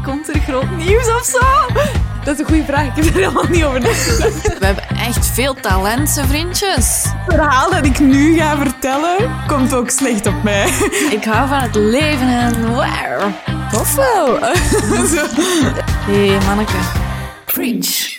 Komt er groot nieuws of zo? Dat is een goede vraag. Ik heb er helemaal niet over nagedacht. We hebben echt veel talenten, vriendjes. Het verhaal dat ik nu ga vertellen, komt ook slecht op mij. Ik hou van het leven en wow. Tof wel. Hé, manneke. Preach.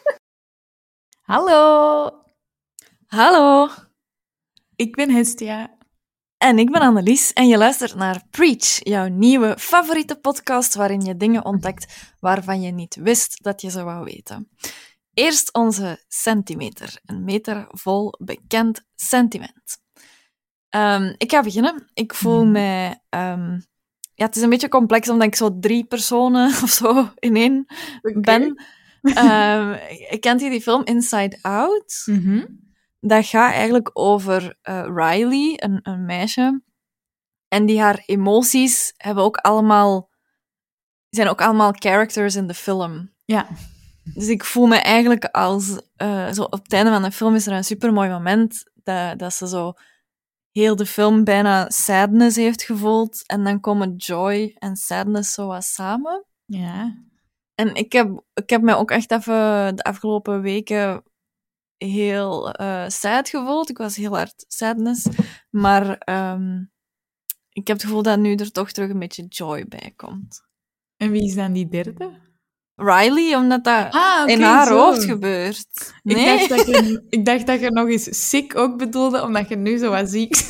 Hallo. Hallo. Ik ben Hestia. En ik ben Annelies en je luistert naar Preach, jouw nieuwe favoriete podcast waarin je dingen ontdekt waarvan je niet wist dat je ze wou weten. Eerst onze centimeter. Een meter vol bekend sentiment. Ik ga beginnen. Ik voel mij... het is een beetje complex omdat ik zo 3 personen of zo in één ben. Kent je die film Inside Out? Dat gaat eigenlijk over Riley, een meisje. En die haar emoties zijn ook allemaal characters in de film. Ja. Dus ik voel me eigenlijk als... zo op het einde van de film is er een supermooi moment dat ze zo heel de film bijna sadness heeft gevoeld. En dan komen joy en sadness zo wat samen. Ja. En ik heb me ook echt even de afgelopen weken heel sad gevoeld. Ik was heel hard sadness. Maar ik heb het gevoel dat nu er toch terug een beetje joy bij komt. En wie is dan die derde? Riley, omdat dat in haar hoofd gebeurt. Nee? Ik dacht dat je nog eens sick ook bedoelde, omdat je nu zo wat ziek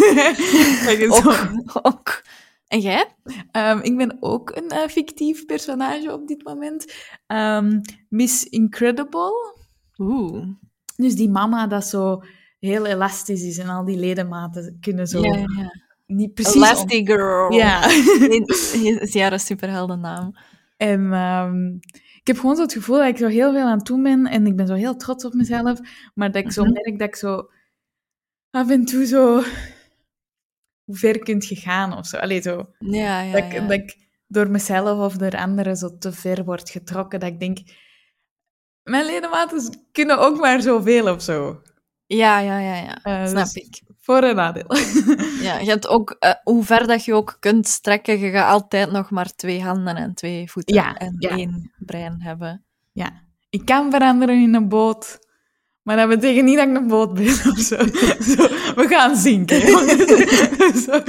ook. En jij? Ik ben ook een fictief personage op dit moment. Miss Incredible. Oeh. Dus die mama dat zo heel elastisch is en al die ledematen kunnen zo... Ja. Niet precies... Elastigirl. Ja. Is ja een superheldennaam. En ik heb gewoon zo het gevoel dat ik zo heel veel aan het doen ben en ik ben zo heel trots op mezelf, maar dat ik zo merk dat ik zo af en toe zo... Hoe ver kunt je gaan of zo? Allee, zo. Dat ik door mezelf of door anderen zo te ver word getrokken, dat ik denk... Mijn ledematen kunnen ook maar zoveel of zo. Ja. Snap Dus ik. voor- en nadeel. Ja, je hebt ook... hoe ver dat je ook kunt strekken, je gaat altijd nog maar 2 handen en 2 voeten en 1 brein hebben. Ja. Ik kan veranderen in een boot, maar dat betekent niet dat ik een boot ben of zo. We gaan zinken. Zo.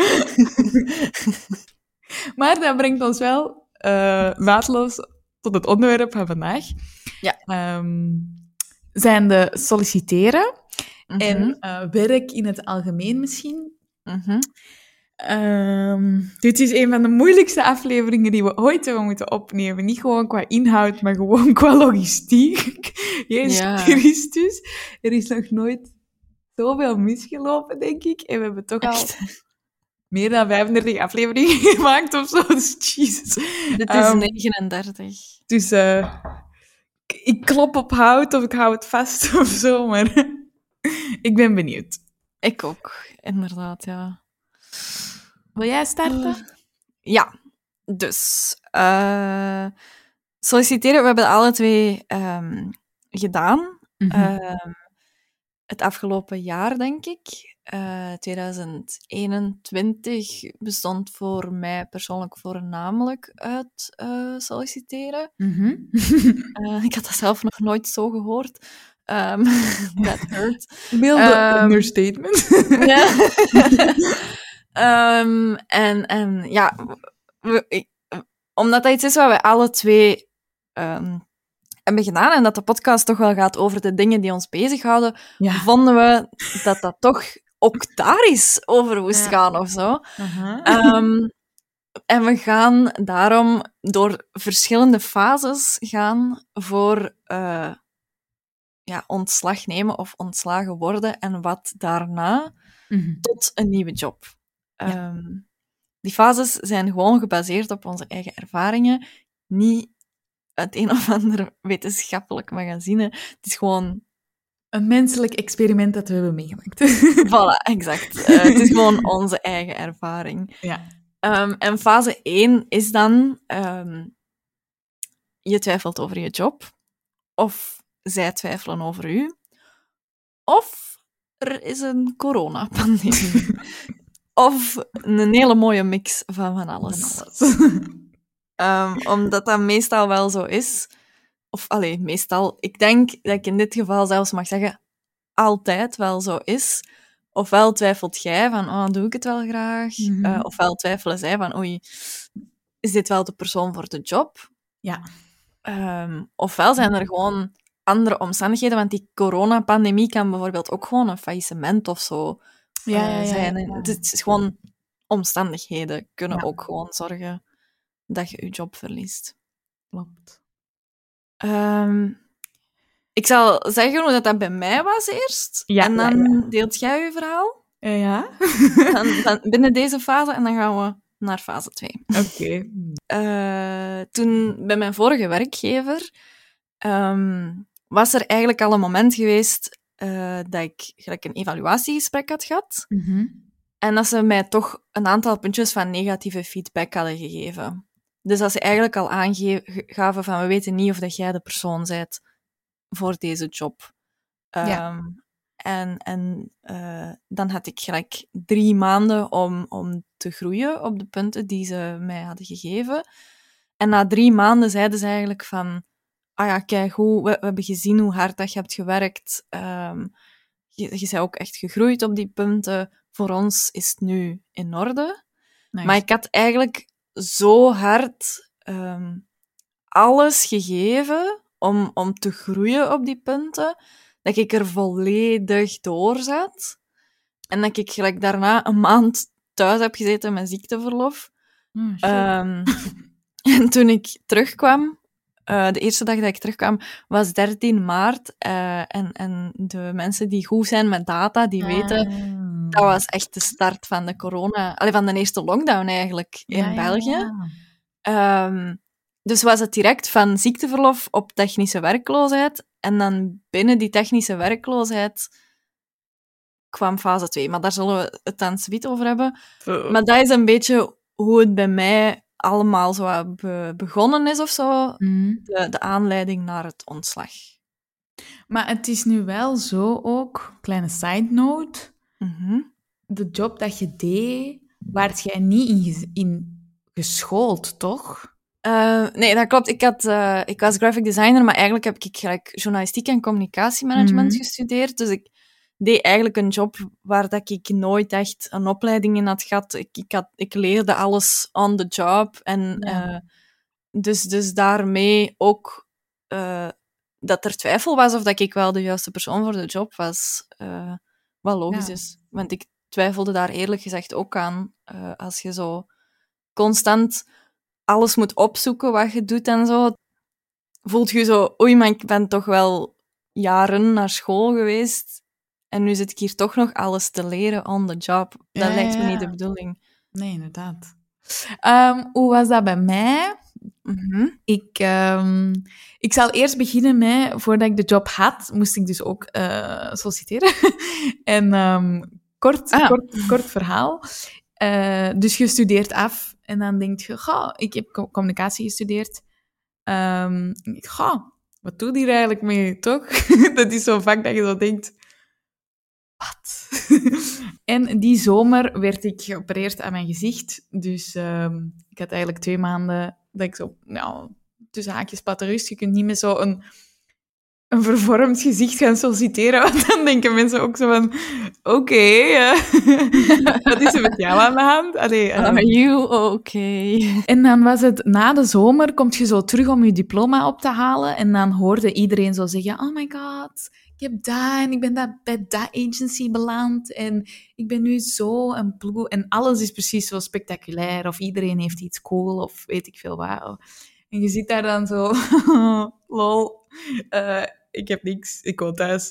Maar dat brengt ons wel naadloos tot het onderwerp van vandaag. Ja. Zijn de solliciteren en werk in het algemeen misschien. Dit is een van de moeilijkste afleveringen die we ooit hebben moeten opnemen. Niet gewoon qua inhoud, maar gewoon qua logistiek. Jezus Christus. Er is nog nooit zoveel misgelopen, denk ik. En we hebben toch al meer dan 35 afleveringen gemaakt of zo. Dus Jesus. Dit is 39. Dus ik klop op hout of ik hou het vast of zo, maar ik ben benieuwd. Ik ook, inderdaad, ja. Wil jij starten? Ja, dus solliciteren, we hebben het alle 2 gedaan. Het afgelopen jaar, denk ik. 2021 bestond voor mij persoonlijk voornamelijk uit solliciteren. Ik had dat zelf nog nooit zo gehoord. That hurt. Milde understatement. Ja. Omdat dat iets is wat we alle 2 hebben gedaan en dat de podcast toch wel gaat over de dingen die ons bezighouden, vonden we dat dat toch ook daar is over moest gaan of zo. En we gaan daarom door verschillende fases gaan voor ontslag nemen of ontslagen worden en wat daarna tot een nieuwe job. Die fases zijn gewoon gebaseerd op onze eigen ervaringen, niet uit een of ander wetenschappelijk magazine. Het is gewoon... Een menselijk experiment dat we hebben meegemaakt. Voilà, exact. Het is gewoon onze eigen ervaring. Ja. En fase 1 is dan... je twijfelt over je job. Of zij twijfelen over u. Of er is een coronapandemie. Of een hele mooie mix van alles. Omdat dat meestal wel zo is. Of, meestal. Ik denk dat ik in dit geval zelfs mag zeggen, altijd wel zo is. Ofwel twijfelt jij van, doe ik het wel graag? Ofwel twijfelen zij van, oei, is dit wel de persoon voor de job? Ja. Ofwel zijn er gewoon andere omstandigheden, want die coronapandemie kan bijvoorbeeld ook gewoon een faillissement of zo zijn. Ja. Het is gewoon omstandigheden kunnen ook gewoon zorgen dat je je job verliest. Klopt. Ik zal zeggen hoe dat bij mij was eerst. En dan deelt jij je verhaal. Ja. Dan binnen deze fase en dan gaan we naar fase 2. Oké. Toen bij mijn vorige werkgever was er eigenlijk al een moment geweest dat ik gelijk een evaluatiegesprek had gehad. En dat ze mij toch een aantal puntjes van negatieve feedback hadden gegeven. Dus dat ze eigenlijk al aangaven van, we weten niet of dat jij de persoon bent voor deze job. En dan had ik gelijk 3 maanden om te groeien op de punten die ze mij hadden gegeven. En na 3 maanden zeiden ze eigenlijk van, kijk, we hebben gezien hoe hard dat je hebt gewerkt. Je bent ook echt gegroeid op die punten. Voor ons is het nu in orde. Nice. Maar ik had eigenlijk zo hard alles gegeven om te groeien op die punten, dat ik er volledig door zat. En dat ik gelijk daarna een maand thuis heb gezeten met ziekteverlof. En toen ik terugkwam, de eerste dag dat ik terugkwam, was 13 maart. En de mensen die goed zijn met data, die weten, dat was echt de start van de corona... van de eerste lockdown eigenlijk in België. Dus was het direct van ziekteverlof op technische werkloosheid. En dan binnen die technische werkloosheid kwam fase 2. Maar daar zullen we het dan zoiets over hebben. Maar dat is een beetje hoe het bij mij allemaal zo begonnen is of zo. De aanleiding naar het ontslag. Maar het is nu wel zo ook, kleine side note, de job dat je deed, waart jij niet in geschoold, toch? Nee, dat klopt. Ik was graphic designer, maar eigenlijk heb ik gelijk journalistiek en communicatiemanagement gestudeerd. Dus ik deed eigenlijk een job waar dat ik nooit echt een opleiding in had gehad. Ik leerde alles on the job. En dus daarmee ook dat er twijfel was of dat ik wel de juiste persoon voor de job was, wat logisch is. Want ik twijfelde daar eerlijk gezegd ook aan. Als je zo constant alles moet opzoeken wat je doet en zo, voelt je zo, oei, maar ik ben toch wel jaren naar school geweest en nu zit ik hier toch nog alles te leren on the job. Dat lijkt me niet de bedoeling. Nee, inderdaad. Hoe was dat bij mij? Ik zal eerst beginnen met, voordat ik de job had, moest ik dus ook solliciteren. En kort verhaal. Dus je studeert af en dan denk je, ik heb communicatie gestudeerd. Wat doe je hier eigenlijk mee, toch? Dat is zo'n vak dat je zo denkt, wat? En die zomer werd ik geopereerd aan mijn gezicht. Dus ik had eigenlijk 2 maanden dat ik zo, tussen haakjes platte rust. Je kunt niet met zo een vervormd gezicht gaan solliciteren, want dan denken mensen ook zo van, oké, wat is er met jou aan de hand? Are you okay? En dan was het, na de zomer, kom je zo terug om je diploma op te halen en dan hoorde iedereen zo zeggen, oh my god, ik heb dat en ik ben bij dat agency beland en ik ben nu zo en ploe en alles is precies zo spectaculair of iedereen heeft iets cool of weet ik veel wat. En je zit daar dan zo, lol, ik heb niks, ik woon thuis.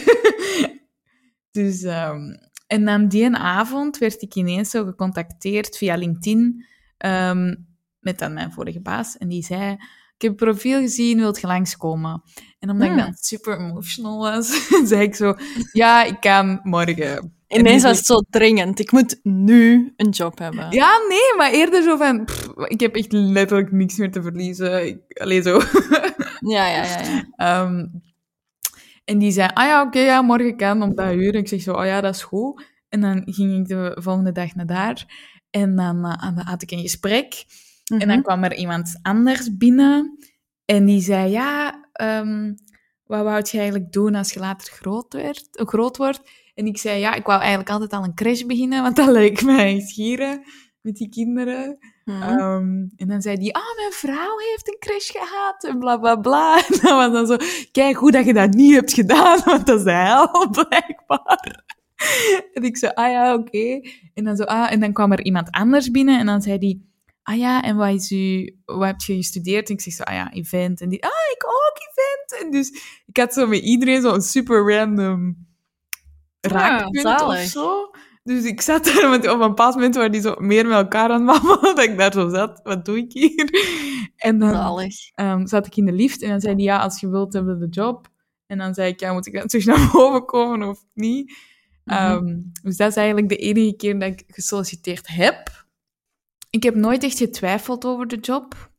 Dus, en dan die avond werd ik ineens zo gecontacteerd via LinkedIn met dan mijn vorige baas. En die zei, ik heb je profiel gezien, wilt je langskomen? En omdat ik dan super emotional was, zei ik zo, ja, ik kan morgen. Ineens was het zo dringend. Ik moet nu een job hebben. Ja, nee, maar eerder zo van, ik heb echt letterlijk niks meer te verliezen. Allee, zo. Ja. En die zei, oké, morgen kan om dat uur. En ik zeg zo, dat is goed. En dan ging ik de volgende dag naar daar. En dan had ik een gesprek. En dan kwam er iemand anders binnen en die zei, wat wou je eigenlijk doen als je later groot wordt? En ik zei, ik wou eigenlijk altijd al een crash beginnen, want dat leek mij schieren met die kinderen. En dan zei die, mijn vrouw heeft een crash gehad en bla bla bla. En dat was dan zo, kijk goed dat je dat niet hebt gedaan, want dat is de hel, blijkbaar. En ik zei, oké. En dan en dan kwam er iemand anders binnen en dan zei die, en wat heb je gestudeerd? En ik zeg zo, event. En die, ik ook event. En dus ik had zo met iedereen zo'n super random raakpunt of zo. Dus ik zat daar, want op een bepaald moment waren die zo meer met elkaar aan het babbelen, dat ik daar zo zat. Wat doe ik hier? En dan zat ik in de lift en dan zei die, als je wilt, hebben we de job. En dan zei ik, moet ik dan terug naar boven komen of niet? Dus dat is eigenlijk de enige keer dat ik gesolliciteerd heb. Ik heb nooit echt getwijfeld over de job.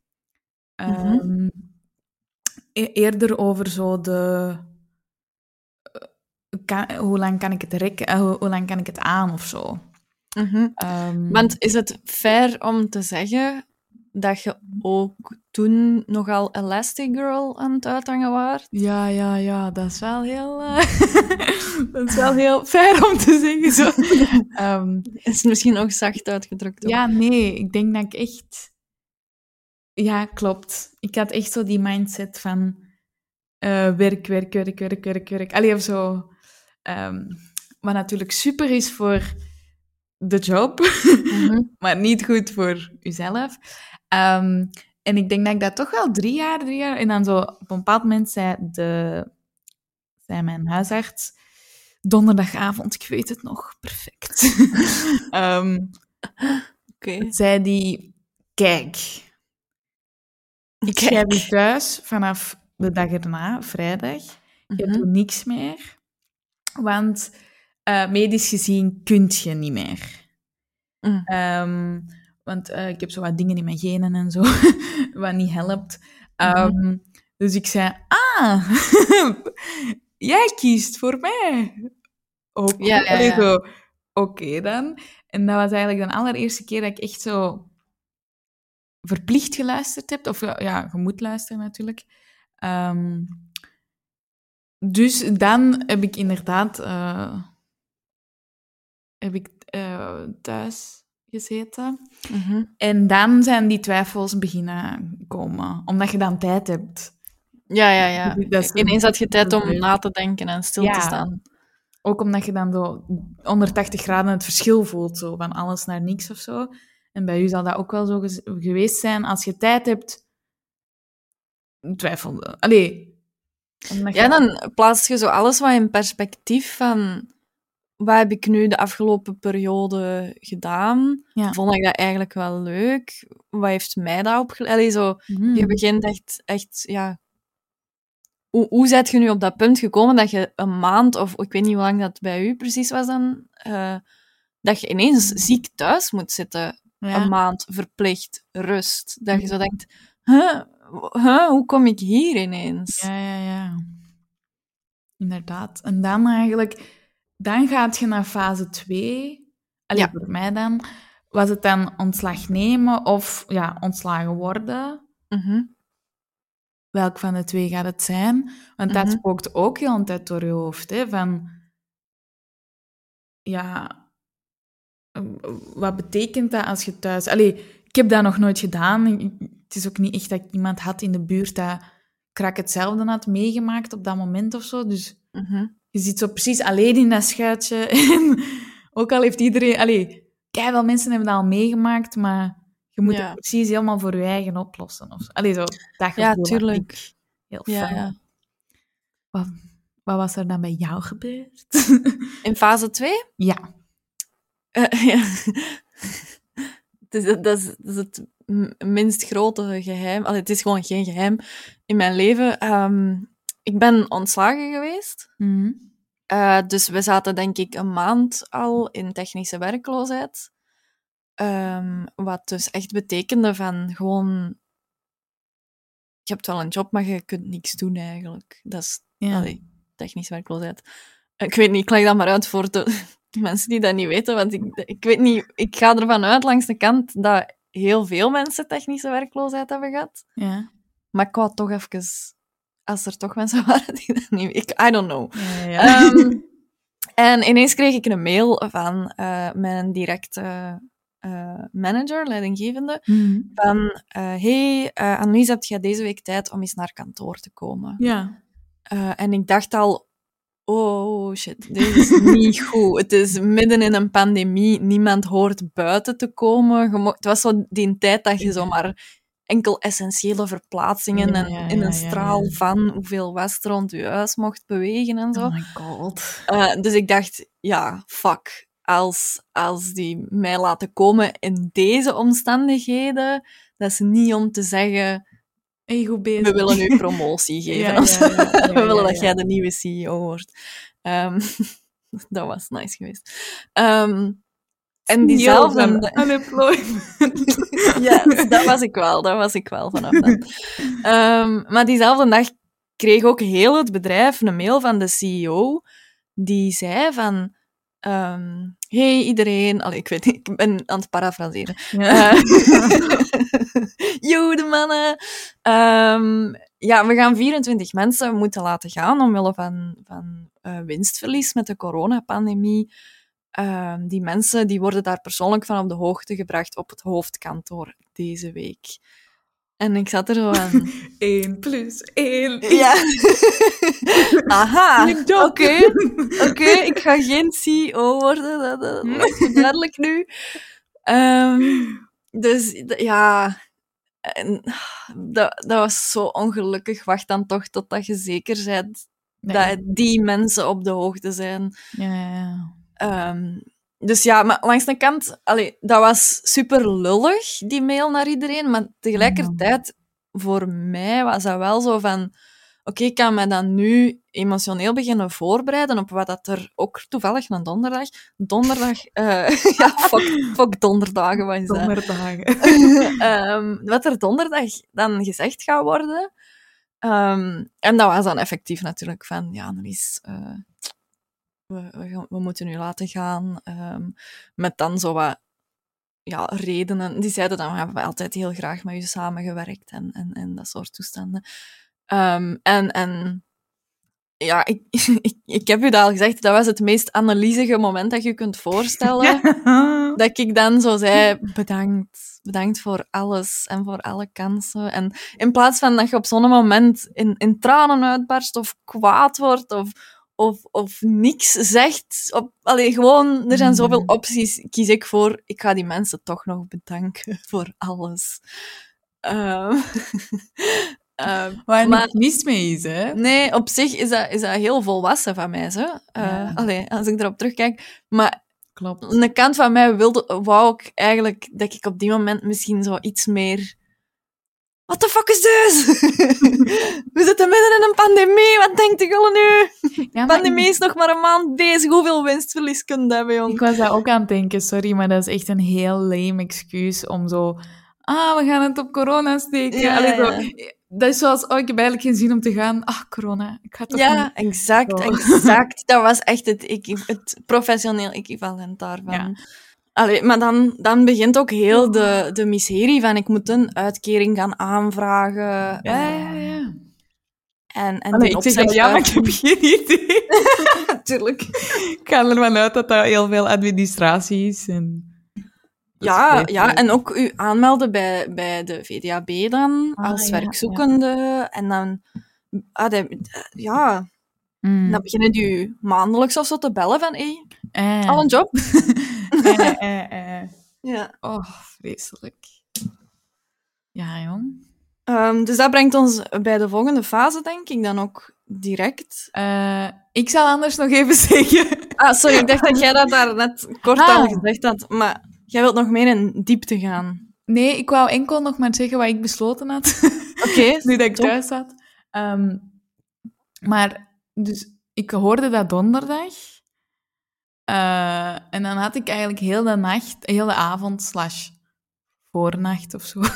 Eerder over zo hoe lang kan ik het rekken, hoe lang kan ik het aan of zo. Want is het fair om te zeggen dat je ook toen nogal Elastigirl aan het uithangen was? Ja, dat is wel heel... dat is wel heel fair om te zeggen. Zo. Is het misschien nog zacht uitgedrukt? Ja, nee, ik denk dat ik echt... Ja, klopt. Ik had echt zo die mindset van werk. Allee, of zo. Wat natuurlijk super is voor de job, maar niet goed voor uzelf. En ik denk dat ik dat toch wel 3 jaar... En dan zo op een bepaald moment zei mijn huisarts... Donderdagavond, ik weet het nog, perfect. Zei die, kijk, ik schrijf je thuis vanaf de dag erna, vrijdag. Je doet niks meer, want medisch gezien kun je niet meer. Want ik heb zo wat dingen in mijn genen en zo, wat niet helpt. Dus ik zei, jij kiest voor mij. Ook. Oké dan. En dat was eigenlijk de allereerste keer dat ik echt zo verplicht geluisterd heb. Of je moet luisteren natuurlijk. Dus dan heb ik inderdaad thuis gezeten. En dan zijn die twijfels beginnen komen. Omdat je dan tijd hebt. Ja. Ineens had je tijd om na te denken en stil te staan. Ook omdat je dan zo 180 graden het verschil voelt, zo, van alles naar niks of zo. En bij u zal dat ook wel zo geweest zijn. Als je tijd hebt, twijfelde. Dan plaats je zo alles wat in perspectief van... Wat heb ik nu de afgelopen periode gedaan? Ja. Vond ik dat eigenlijk wel leuk? Wat heeft mij dat opgeleid? Je begint echt Hoe zijt je nu op dat punt gekomen dat je een maand, of ik weet niet hoe lang dat bij u precies was dan, dat je ineens ziek thuis moet zitten, een maand verplicht rust. Dat je zo denkt, hoe kom ik hier ineens? Ja. Inderdaad. En dan eigenlijk, dan gaat je naar fase 2. Voor mij dan, was het dan ontslag nemen of ontslagen worden? Welk van de 2 gaat het zijn? Want dat spookt ook heel een tijd door je hoofd, hè, van... wat betekent dat als je thuis... ik heb dat nog nooit gedaan. Het is ook niet echt dat ik iemand had in de buurt dat krak hetzelfde had meegemaakt op dat moment of zo. Dus je zit zo precies alleen in dat schuitje. En ook al heeft iedereen... Keiveel mensen hebben dat al meegemaakt, maar... Je moet het precies helemaal voor je eigen oplossen. Of, zo, dat gevoel. Ja, tuurlijk. Heel fijn. Ja. Wat was er dan bij jou gebeurd? In fase 2? Ja. Dat is het minst grote geheim. Het is gewoon geen geheim in mijn leven. Ik ben ontslagen geweest. Dus we zaten denk ik een maand al in technische werkloosheid. Wat dus echt betekende van gewoon... Je hebt wel een job, maar je kunt niks doen eigenlijk. Dat is technisch werkloosheid. Ik weet niet, ik leg dat maar uit voor de mensen die dat niet weten, want ik weet niet... Ik ga ervan uit langs de kant dat heel veel mensen technische werkloosheid hebben gehad. Ja. Maar ik wou toch even... Als er toch mensen waren die dat niet... I don't know. Ja. En ineens kreeg ik een mail van mijn directe manager, leidinggevende, van hey, Annelies, heb jij deze week tijd om eens naar kantoor te komen? Ja. En ik dacht al, oh shit, dit is niet goed. Het is midden in een pandemie, niemand hoort buiten te komen. Het was zo die tijd dat je zomaar enkel essentiële verplaatsingen en in een straal van hoeveel west rond je huis mocht bewegen en zo. Oh my god. Dus ik dacht, ja, fuck. Als die mij laten komen in deze omstandigheden, dat is niet om te zeggen, Hey, goed bezig. we willen u promotie geven. We willen dat jij de nieuwe CEO wordt. Dat was nice geweest. En diezelfde... Unemployment. Ja, dat was ik wel vanaf dan. Maar diezelfde dag kreeg ook heel het bedrijf een mail van de CEO, die zei van... hey, iedereen... Allee, ik weet niet, ik ben aan het parafraseren. Ja. Yo, de mannen! Ja, we gaan 24 mensen moeten laten gaan omwille van winstverlies met de coronapandemie. Die mensen die worden daar persoonlijk van op de hoogte gebracht op het hoofdkantoor deze week. En ik zat er zo aan... 1 + 1. Ja. Aha. Mijn job. Oké, ik ga geen CEO worden. Dat is duidelijk nu. Dus ja... Dat was zo ongelukkig. Wacht dan toch totdat je zeker bent dat die mensen op de hoogte zijn. Ja. Dus ja, maar langs de kant... dat was super lullig, die mail naar iedereen. Maar tegelijkertijd, voor mij was dat wel zo van... Oké, ik kan me dan nu emotioneel beginnen voorbereiden op wat dat er ook toevallig een donderdag... ja, fuck donderdagen, wat is dat? Donderdagen. Wat er donderdag dan gezegd gaat worden. En dat was dan effectief natuurlijk van... Ja, Annelies... We moeten u laten gaan. Met dan zo wat redenen. Die zeiden dan, we hebben altijd heel graag met u samengewerkt en dat soort toestanden. En ja, ik heb u dat al gezegd, dat was het meest analysige moment dat je kunt voorstellen. Ja. Dat ik dan zo zei, bedankt voor alles en voor alle kansen. En in plaats van dat je op zo'n moment in tranen uitbarst of kwaad wordt of niks zegt. Gewoon, er zijn zoveel opties. Kies ik voor, ik ga die mensen toch nog bedanken voor alles. Waar niks mis mee is, hè? Nee, op zich is dat heel volwassen van mij, zo. Als ik erop terugkijk. Maar klopt. Een kant van mij wou ik eigenlijk dat ik op die moment misschien zo iets meer... What the fuck is this? We zitten midden in een pandemie, wat denkt jullie nu? De pandemie is nog maar een maand bezig, hoeveel winstverlies kun je hebben, jong? Ik was daar ook aan het denken, sorry, maar dat is echt een heel lame excuus om zo... we gaan het op corona steken. Ja. Zo, dat is zoals, ik heb eigenlijk geen zin om te gaan. Corona, ik ga toch niet... Exact. Dat was echt het professioneel equivalent daarvan. Ja. Maar dan begint ook heel de miserie van ik moet een uitkering gaan aanvragen. Ja. En ik zeg maar ik heb geen idee. Tuurlijk. Ik ga ervan uit dat dat heel veel administratie is. Ja, en ook u aanmelden bij de VDAB dan, als werkzoekende. Ja. En dan... Dan beginnen u maandelijks of zo te bellen van, al een job? Ja. Oh, vreselijk. Ja, jong. Dus dat brengt ons bij de volgende fase, denk ik, dan ook direct. Ik zal anders nog even zeggen... Sorry, ik dacht dat jij dat daar net kort al gezegd had, maar jij wilt nog meer in diepte gaan. Nee, ik wou enkel nog maar zeggen wat ik besloten had. Oké, nu dat ik thuis zat. Maar, dus, ik hoorde dat donderdag. En dan had ik eigenlijk heel de avond / voornacht of zo,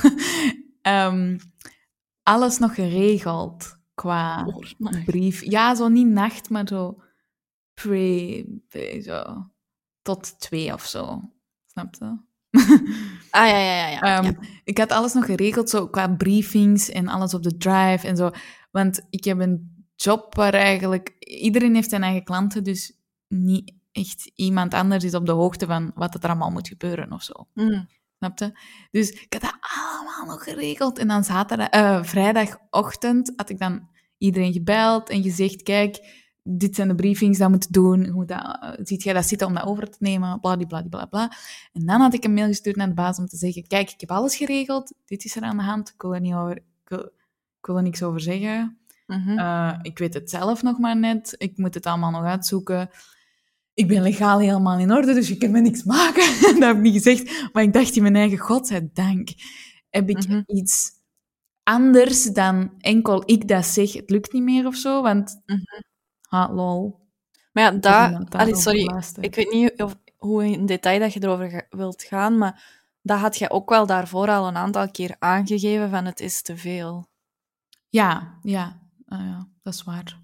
alles nog geregeld qua brief. Ja, zo niet nacht, maar zo zo tot 2 of zo. Snap je? Ja. Ik had alles nog geregeld, zo qua briefings en alles op de drive en zo. Want ik heb een job waar eigenlijk... Iedereen heeft zijn eigen klanten, dus niet echt iemand anders is op de hoogte van wat er allemaal moet gebeuren of zo. Snap je? Dus ik had dat allemaal nog geregeld. En dan vrijdagochtend had ik dan iedereen gebeld en gezegd, kijk, dit zijn de briefings, dat moet doen. Ziet jij dat zitten om dat over te nemen? Bladibladibla. En dan had ik een mail gestuurd naar de baas om te zeggen, kijk, ik heb alles geregeld. Dit is er aan de hand. Ik wil er niks over zeggen. Ik weet het zelf nog maar net. Ik moet het allemaal nog uitzoeken. Ik ben legaal helemaal in orde, dus je kunt me niks maken. Dat heb ik niet gezegd. Maar ik dacht in mijn eigen, godzijdank, heb ik iets anders dan enkel ik dat zeg, het lukt niet meer of zo. Want, lol. Maar ja, sorry, ik weet niet hoe in detail dat je erover wilt gaan, maar dat had je ook wel daarvoor al een aantal keer aangegeven van het is te veel. Ja, dat is waar.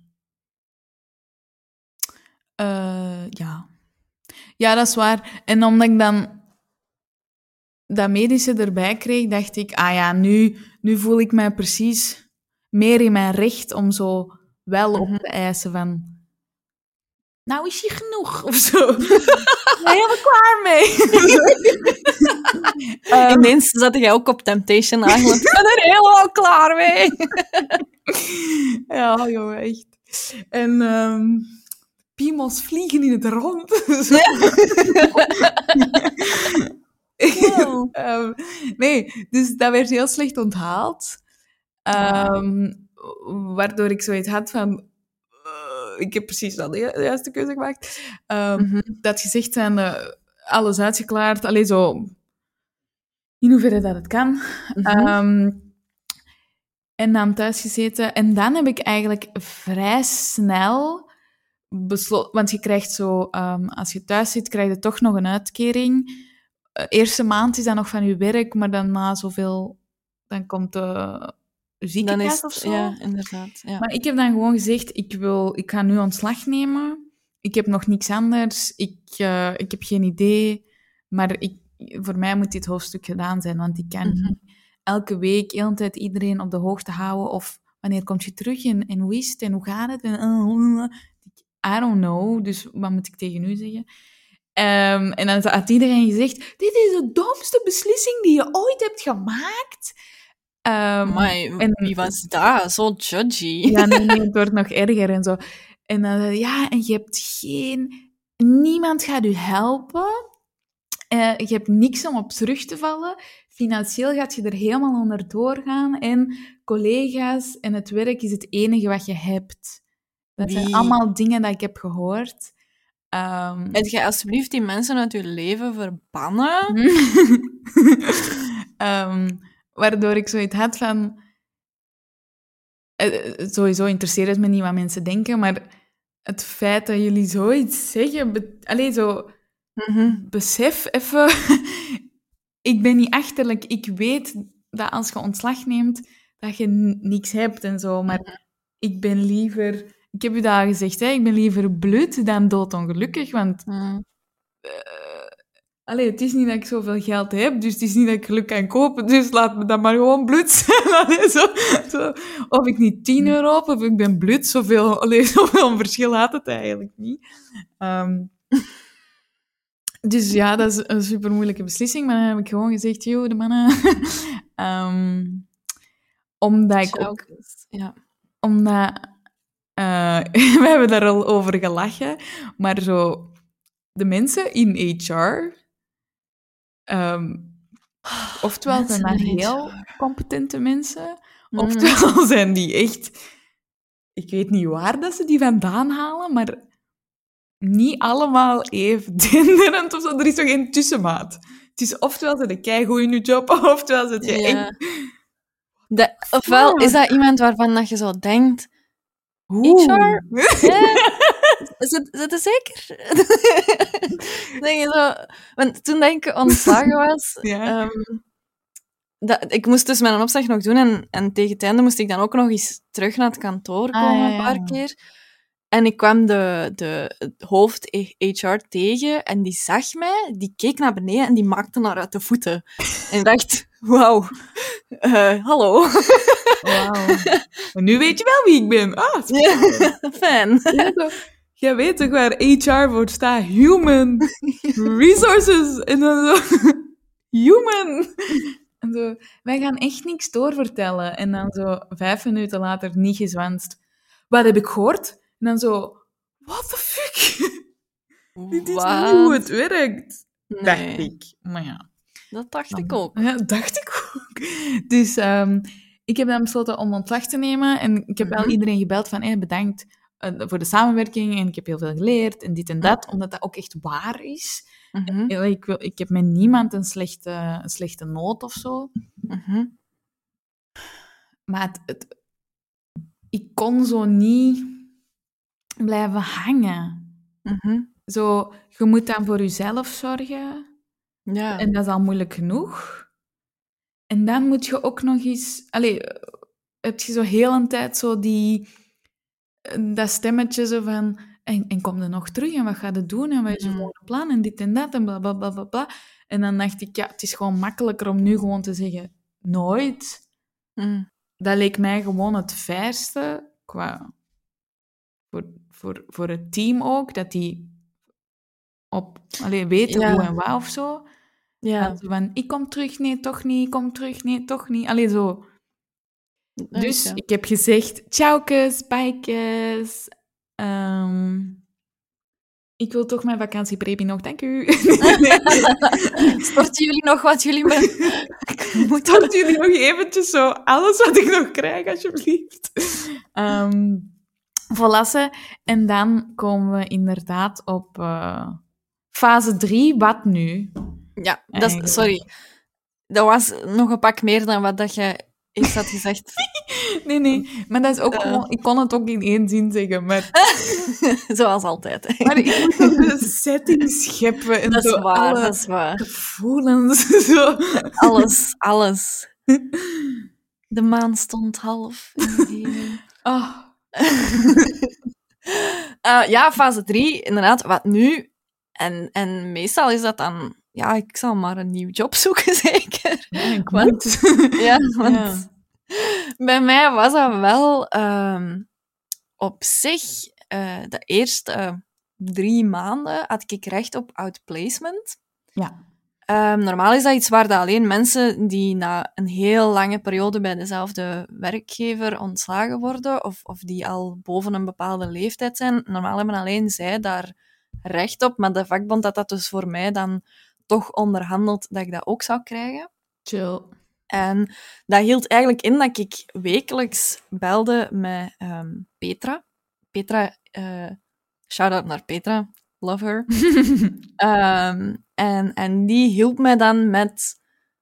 Ja, dat is waar. En omdat ik dan dat medische erbij kreeg, dacht ik, nu voel ik mij precies meer in mijn recht om zo wel op te eisen van... Nou is je genoeg, of zo. Helemaal klaar mee. Ineens zat jij ook op Temptation eigenlijk. Ik ben er helemaal klaar mee. Ja, jongen, echt. En piemels vliegen in het rond. Nee, dus dat werd heel slecht onthaald. Waardoor ik zoiets had van... ik heb precies wel de juiste keuze gemaakt. Dat gezegd zijn, alles uitgeklaard. Allee, zo... In hoeverre dat het kan. En dan thuis gezeten. En dan heb ik eigenlijk vrij snel besloten... Want je krijgt zo... als je thuis zit, krijg je toch nog een uitkering. Eerste maand is dat nog van je werk, maar dan na zoveel... Dan komt de ziekenhuis of zo. Ja, inderdaad. Ja. Maar ik heb dan gewoon gezegd, ik ga nu ontslag nemen. Ik heb nog niks anders. Ik heb geen idee. Maar voor mij moet dit hoofdstuk gedaan zijn, want ik kan niet elke week de hele tijd iedereen op de hoogte houden. Of wanneer komt je terug en hoe is het en hoe gaat het? I don't know, dus wat moet ik tegen u zeggen? En dan had iedereen gezegd, dit is de domste beslissing die je ooit hebt gemaakt. Maar wie was dat? Zo judgy. Ja, nee, het wordt nog erger en zo. En dan en je hebt niemand gaat u helpen. Je hebt niks om op terug te vallen. Financieel gaat je er helemaal onder doorgaan. En collega's en het werk is het enige wat je hebt. Dat zijn allemaal dingen dat ik heb gehoord. Heb jij alsjeblieft die mensen uit je leven verbannen? Waardoor ik zoiets had van... sowieso interesseert het me niet wat mensen denken, maar het feit dat jullie zoiets zeggen... Besef even... Ik ben niet achterlijk. Ik weet dat als je ontslag neemt, dat je niks hebt en zo, maar ik ben liever... Ik heb u dat al gezegd, hè? Ik ben liever blut dan doodongelukkig, want... het is niet dat ik zoveel geld heb, dus het is niet dat ik geluk kan kopen, dus laat me dan maar gewoon blut zijn. Zo. Of ik niet 10 euro heb, of ik ben blut, zoveel verschil had het eigenlijk niet. Dus ja, dat is een super moeilijke beslissing, maar dan heb ik gewoon gezegd, joh, de mannen... omdat ik ook... Ja. Omdat... we hebben daar al over gelachen, maar zo... De mensen in HR... oftewel zijn dat heel competente mensen, oftewel zijn die echt... Ik weet niet waar dat ze die vandaan halen, maar niet allemaal even denderend of zo. Er is toch geen tussenmaat. Het is oftewel ze de keigoed in je job, oftewel zit je echt... Ofwel is dat iemand waarvan dat je zo denkt... HR? Zit het zeker? Denk je zo... Want toen dat ik ontslagen was... ik moest dus mijn opslag nog doen en tegen het einde moest ik dan ook nog eens terug naar het kantoor komen, een paar keer. En ik kwam het hoofd HR tegen en die zag mij, die keek naar beneden en die maakte haar uit de voeten. En ik dacht, wauw, hallo. Wauw. En nu weet je wel wie ik ben. Ah, Ja, fijn. Jij weet toch waar HR voor staat? Human Resources. En dan zo... Human. En zo, wij gaan echt niks doorvertellen. En dan zo 5 minuten later niet gezwanst. Wat heb ik gehoord? En dan zo... What the fuck? Dit is niet hoe het werkt. Nee. Dacht ik. Maar ja. Dat dacht ik ook. Ja, dacht ik ook. Dus ik heb dan besloten om ontslag te nemen. En ik heb wel iedereen gebeld van, hey, bedankt voor de samenwerking. En ik heb heel veel geleerd en dit en dat. Omdat dat ook echt waar is. Ik heb met niemand een slechte noot of zo. Maar ik kon zo niet blijven hangen. Zo, je moet dan voor jezelf zorgen. Ja. En dat is al moeilijk genoeg. En dan moet je ook nog eens... heb je zo heel een tijd zo dat stemmetje zo van... En kom er nog terug? En wat ga je doen? En wat is je volgende plan? En dit en dat en bla, bla, bla, bla, bla. En dan dacht ik, ja, het is gewoon makkelijker om nu gewoon te zeggen... Nooit. Dat leek mij gewoon het fairste. Voor het team ook. Dat die weten hoe en wat of zo. Ja. Zo van, ik kom terug, nee, toch niet. Ik kom terug, nee, toch niet. Allee, zo. Dus ik heb gezegd, tjaukes, bijkes. Ik wil toch mijn vakantiepremie nog, dank u. Storten jullie nog wat jullie Storten jullie nog eventjes zo alles wat ik nog krijg, alsjeblieft. Volassen. En dan komen we inderdaad op fase 3. Wat nu? Ja, sorry. Dat was nog een pak meer dan wat dat je eerst had gezegd. Nee. Maar dat is ook gewoon... Ik kon het ook in 1 zin zeggen, maar... Zoals altijd. Maar ik moet ook de setting scheppen. En dat zo is waar, alle dat is waar. gevoelens. Zo. Alles. De maan stond half in de hemel. Ja, fase 3, inderdaad. Wat nu? En meestal is dat dan... Ja, ik zal maar een nieuw job zoeken, zeker. Ja, ik moet. Want bij mij was dat wel op zich... de eerste 3 maanden had ik recht op outplacement. Ja. Normaal is dat iets waar alleen mensen die na een heel lange periode bij dezelfde werkgever ontslagen worden, of die al boven een bepaalde leeftijd zijn, normaal hebben alleen zij daar recht op, maar de vakbond had dat dus voor mij dan toch onderhandeld dat ik dat ook zou krijgen. Chill. En dat hield eigenlijk in dat ik wekelijks belde met Petra. Petra, shout-out naar Petra, love her. En die hielp mij dan met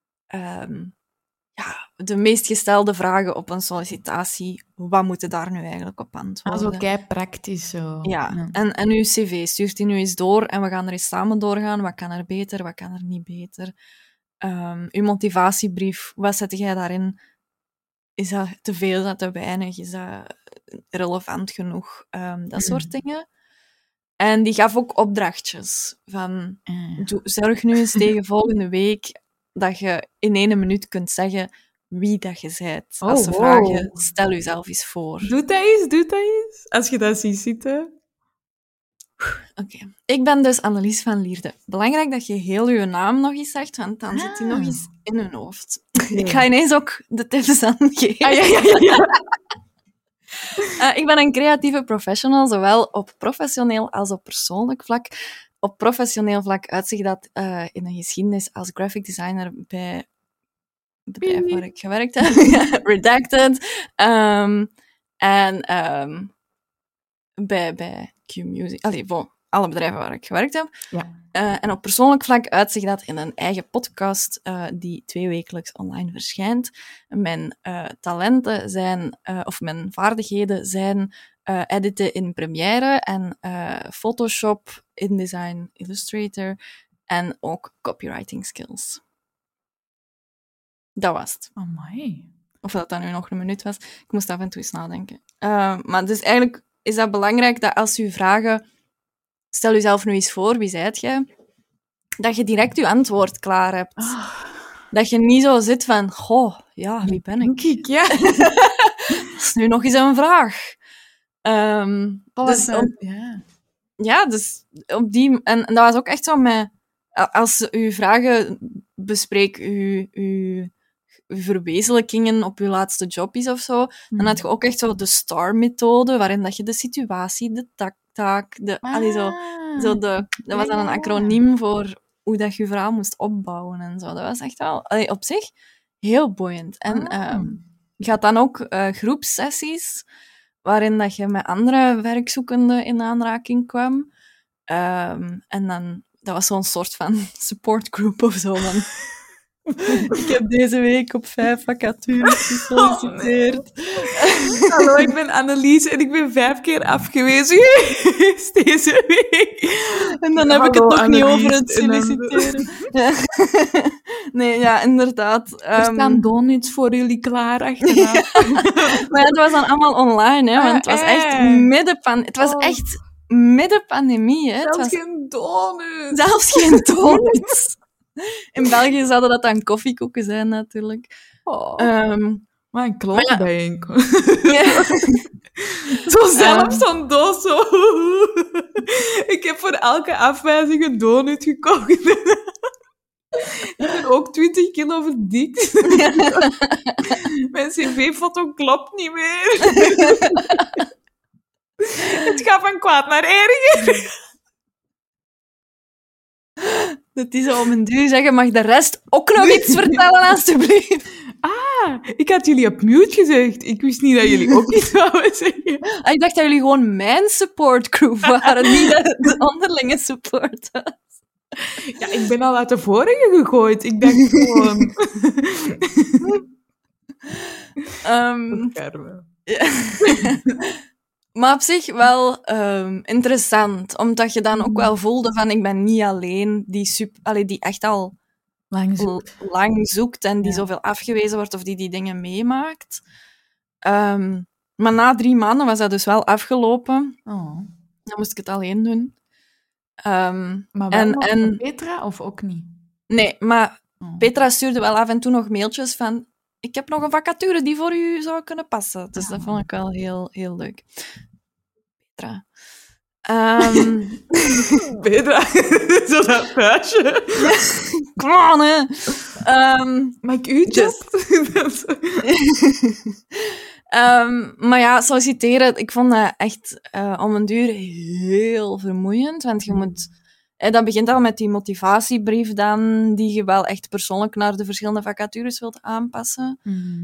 de meest gestelde vragen op een sollicitatie. Wat moet je daar nu eigenlijk op antwoorden? Dat is ook kei praktisch zo. Ja. En uw cv, stuurt die nu eens door en we gaan er eens samen doorgaan. Wat kan er beter, wat kan er niet beter? Uw motivatiebrief, wat zet jij daarin? Is dat te veel, is dat te weinig? Is dat relevant genoeg? Dat soort dingen. En die gaf ook opdrachtjes. Van, zorg nu eens tegen volgende week dat je in 1 minuut kunt zeggen wie dat je bent. Als ze vragen, stel jezelf eens voor. Doe dat eens. Als je dat ziet zitten. Oké. Ik ben dus Annelies van Lierde. Belangrijk dat je heel je naam nog eens zegt, want dan zit die nog eens in hun hoofd. Okay. Ik ga ineens ook de tips aangeven. Ja. Ik ben een creatieve professional, zowel op professioneel als op persoonlijk vlak. Op professioneel vlak uitzicht dat in een geschiedenis als graphic designer bij het bedrijf waar ik gewerkt heb, Redacted, en bij Q-Music. Alle bedrijven waar ik gewerkt heb. Ja. En op persoonlijk vlak uitzicht dat in een eigen podcast die 2 wekelijks online verschijnt. Mijn talenten zijn, of mijn vaardigheden zijn editen in Premiere en Photoshop, InDesign, Illustrator en ook copywriting skills. Dat was het. Amai. Of dat nu nog een minuut was. Ik moest af en toe eens nadenken. Maar dus eigenlijk is dat belangrijk dat als u vragen... Stel jezelf nu eens voor, wie zijt jij? Dat je direct je antwoord klaar hebt. Dat je niet zo zit van... Goh, ja, wie ben ik? Denk ik, ja. Dat is nu nog eens een vraag. Dus op die... En dat was ook echt zo met... Als u vragen bespreek uw verwezenlijkingen op uw laatste job is of zo, dan had je ook echt zo de STAR-methode, waarin dat je de situatie, de taak, dat was dan een acroniem voor hoe dat je je verhaal moest opbouwen en zo. Dat was echt wel op zich heel boeiend. En je gaat dan ook groepsessies, waarin dat je met andere werkzoekenden in aanraking kwam. En dan, dat was zo'n soort van supportgroep of zo. Dan. Ik heb deze week op 5 vacatures gesolliciteerd. Hallo, ik ben Annelies en ik ben 5 keer afgewezen geweest deze week. En dan heb ik het nog niet over het solliciteren. Nee, ja, inderdaad. Er staan donuts voor jullie klaar achteraan. Maar het was dan allemaal online, hè, want het was echt midden pandemie. Hè. Zelfs geen donuts. In België zouden dat dan koffiekoeken zijn, natuurlijk. Maar een klomp bijeenkomst. Zo zelf zo'n doos. Zo. Ik heb voor elke afwijzing een donut gekocht. Ik ben ook 20 kilo verdikt. Mijn cv-foto klopt niet meer. Het gaat van kwaad naar erger. Dat die zo om een duur zeggen, mag de rest ook nog iets vertellen, alstublieft? Ik had jullie op mute gezegd. Ik wist niet dat jullie ook iets zouden zeggen. Ik dacht dat jullie gewoon mijn supportgroep waren, niet de onderlinge support. Ja, ik ben al uit de vorige gegooid. Ik dacht gewoon... Maar op zich wel interessant, omdat je dan ook wel voelde van ik ben niet alleen die echt al lang zoekt en die zoveel afgewezen wordt of die dingen meemaakt. Maar na 3 maanden was dat dus wel afgelopen. Dan moest ik het alleen doen. Maar wel en Petra of ook niet? Nee, maar Petra stuurde wel af en toe nog mailtjes van ik heb nog een vacature die voor u zou kunnen passen. Dus dat vond ik wel heel, heel leuk. Petra. Petra, zo dat puisje. Come on, hè. Mag ik u maar ja, solliciteren, ik vond dat echt om een duur heel vermoeiend. Want je moet... dat begint al met die motivatiebrief dan, die je wel echt persoonlijk naar de verschillende vacatures wilt aanpassen.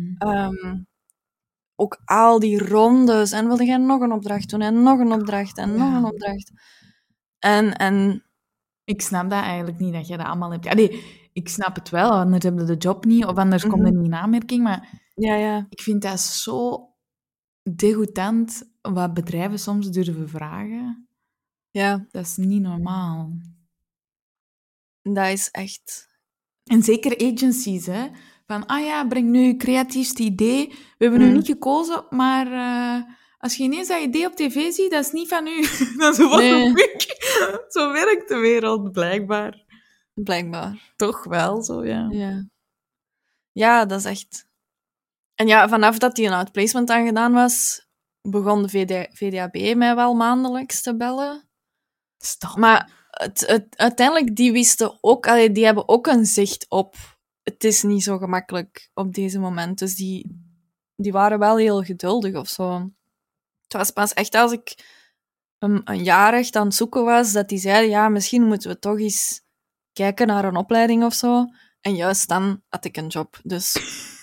Ook al die rondes. En wilde jij nog een opdracht doen? En nog een opdracht? En nog een opdracht? En... Ik snap dat eigenlijk niet, dat je dat allemaal hebt. Allee, ik snap het wel, anders heb je de job niet, of anders komt er niet in aanmerking, maar ik vind dat zo degoutant wat bedrijven soms durven vragen. Ja. Dat is niet normaal. Dat is echt... En zeker agencies, hè. Van, breng nu je creatiefste idee. We hebben nu niet gekozen, maar als je ineens dat idee op tv ziet, dat is niet van u. Dat is Zo werkt de wereld, blijkbaar. Blijkbaar. Toch wel, zo, ja. Ja, dat is echt... En ja, vanaf dat die een outplacement aangedaan was, begon de VDAB mij wel maandelijks te bellen. Stop. Maar uiteindelijk, die wisten ook... die hebben ook een zicht op... Het is niet zo gemakkelijk op deze moment. Dus die waren wel heel geduldig of zo. Het was pas echt als ik een jaar echt aan het zoeken was, dat die zeiden, ja, misschien moeten we toch eens kijken naar een opleiding of zo. En juist dan had ik een job, dus...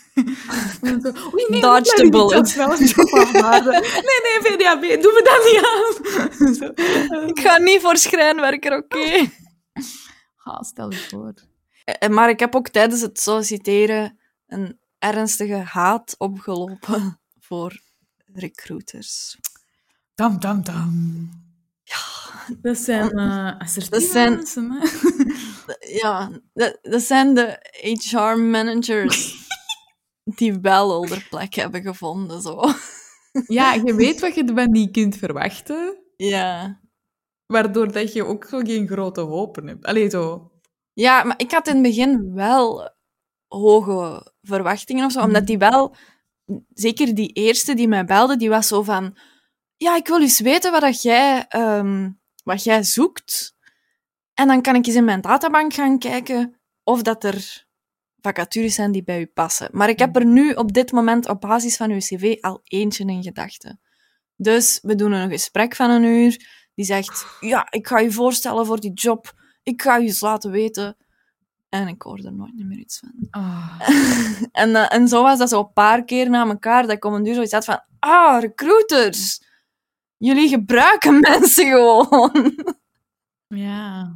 Dodge the bullet. Nee, VDAB, doe me dat niet aan. Ik ga niet voor schrijnwerker, oké? Stel je voor. Maar ik heb ook tijdens het solliciteren een ernstige haat opgelopen voor recruiters. Dam, dam, dam. Ja. Dat zijn assertieve mensen, hè? Ja, dat zijn de HR-managers die wel al de plek hebben gevonden, zo. Ja, je weet wat je ervan niet kunt verwachten, Ja. waardoor dat je ook zo geen grote hopen hebt. Allee, zo... Ja, maar ik had in het begin wel hoge verwachtingen of zo, omdat die wel... Zeker die eerste die mij belde, die was zo van... Ja, ik wil eens weten wat jij zoekt. En dan kan ik eens in mijn databank gaan kijken of dat er vacatures zijn die bij u passen. Maar ik heb er nu op dit moment op basis van uw cv al eentje in gedachten. Dus we doen een gesprek van 1 uur. Die zegt, ja, ik ga je voorstellen voor die job. Ik ga je eens laten weten. En ik hoor er nooit meer iets van. Oh. En zo was dat zo een paar keer na elkaar, dat ik om 1 uur zoiets had van, recruiters! Jullie gebruiken mensen gewoon. Ja.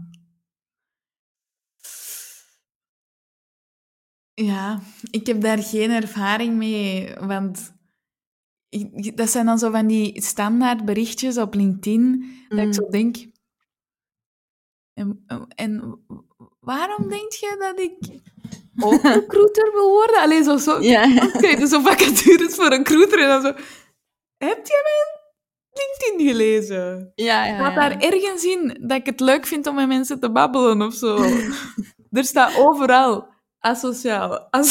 Ja, ik heb daar geen ervaring mee, want dat zijn dan zo van die standaard berichtjes op LinkedIn, dat ik zo denk... En waarom denk je dat ik ook recruiter wil worden? Allee, zo Ja. Oké, dus zo vacatures voor een recruiter en dan zo... Heb je mijn LinkedIn gelezen? Ja. Staat daar ergens in dat ik het leuk vind om met mensen te babbelen of zo? Er staat overal... Asociaal.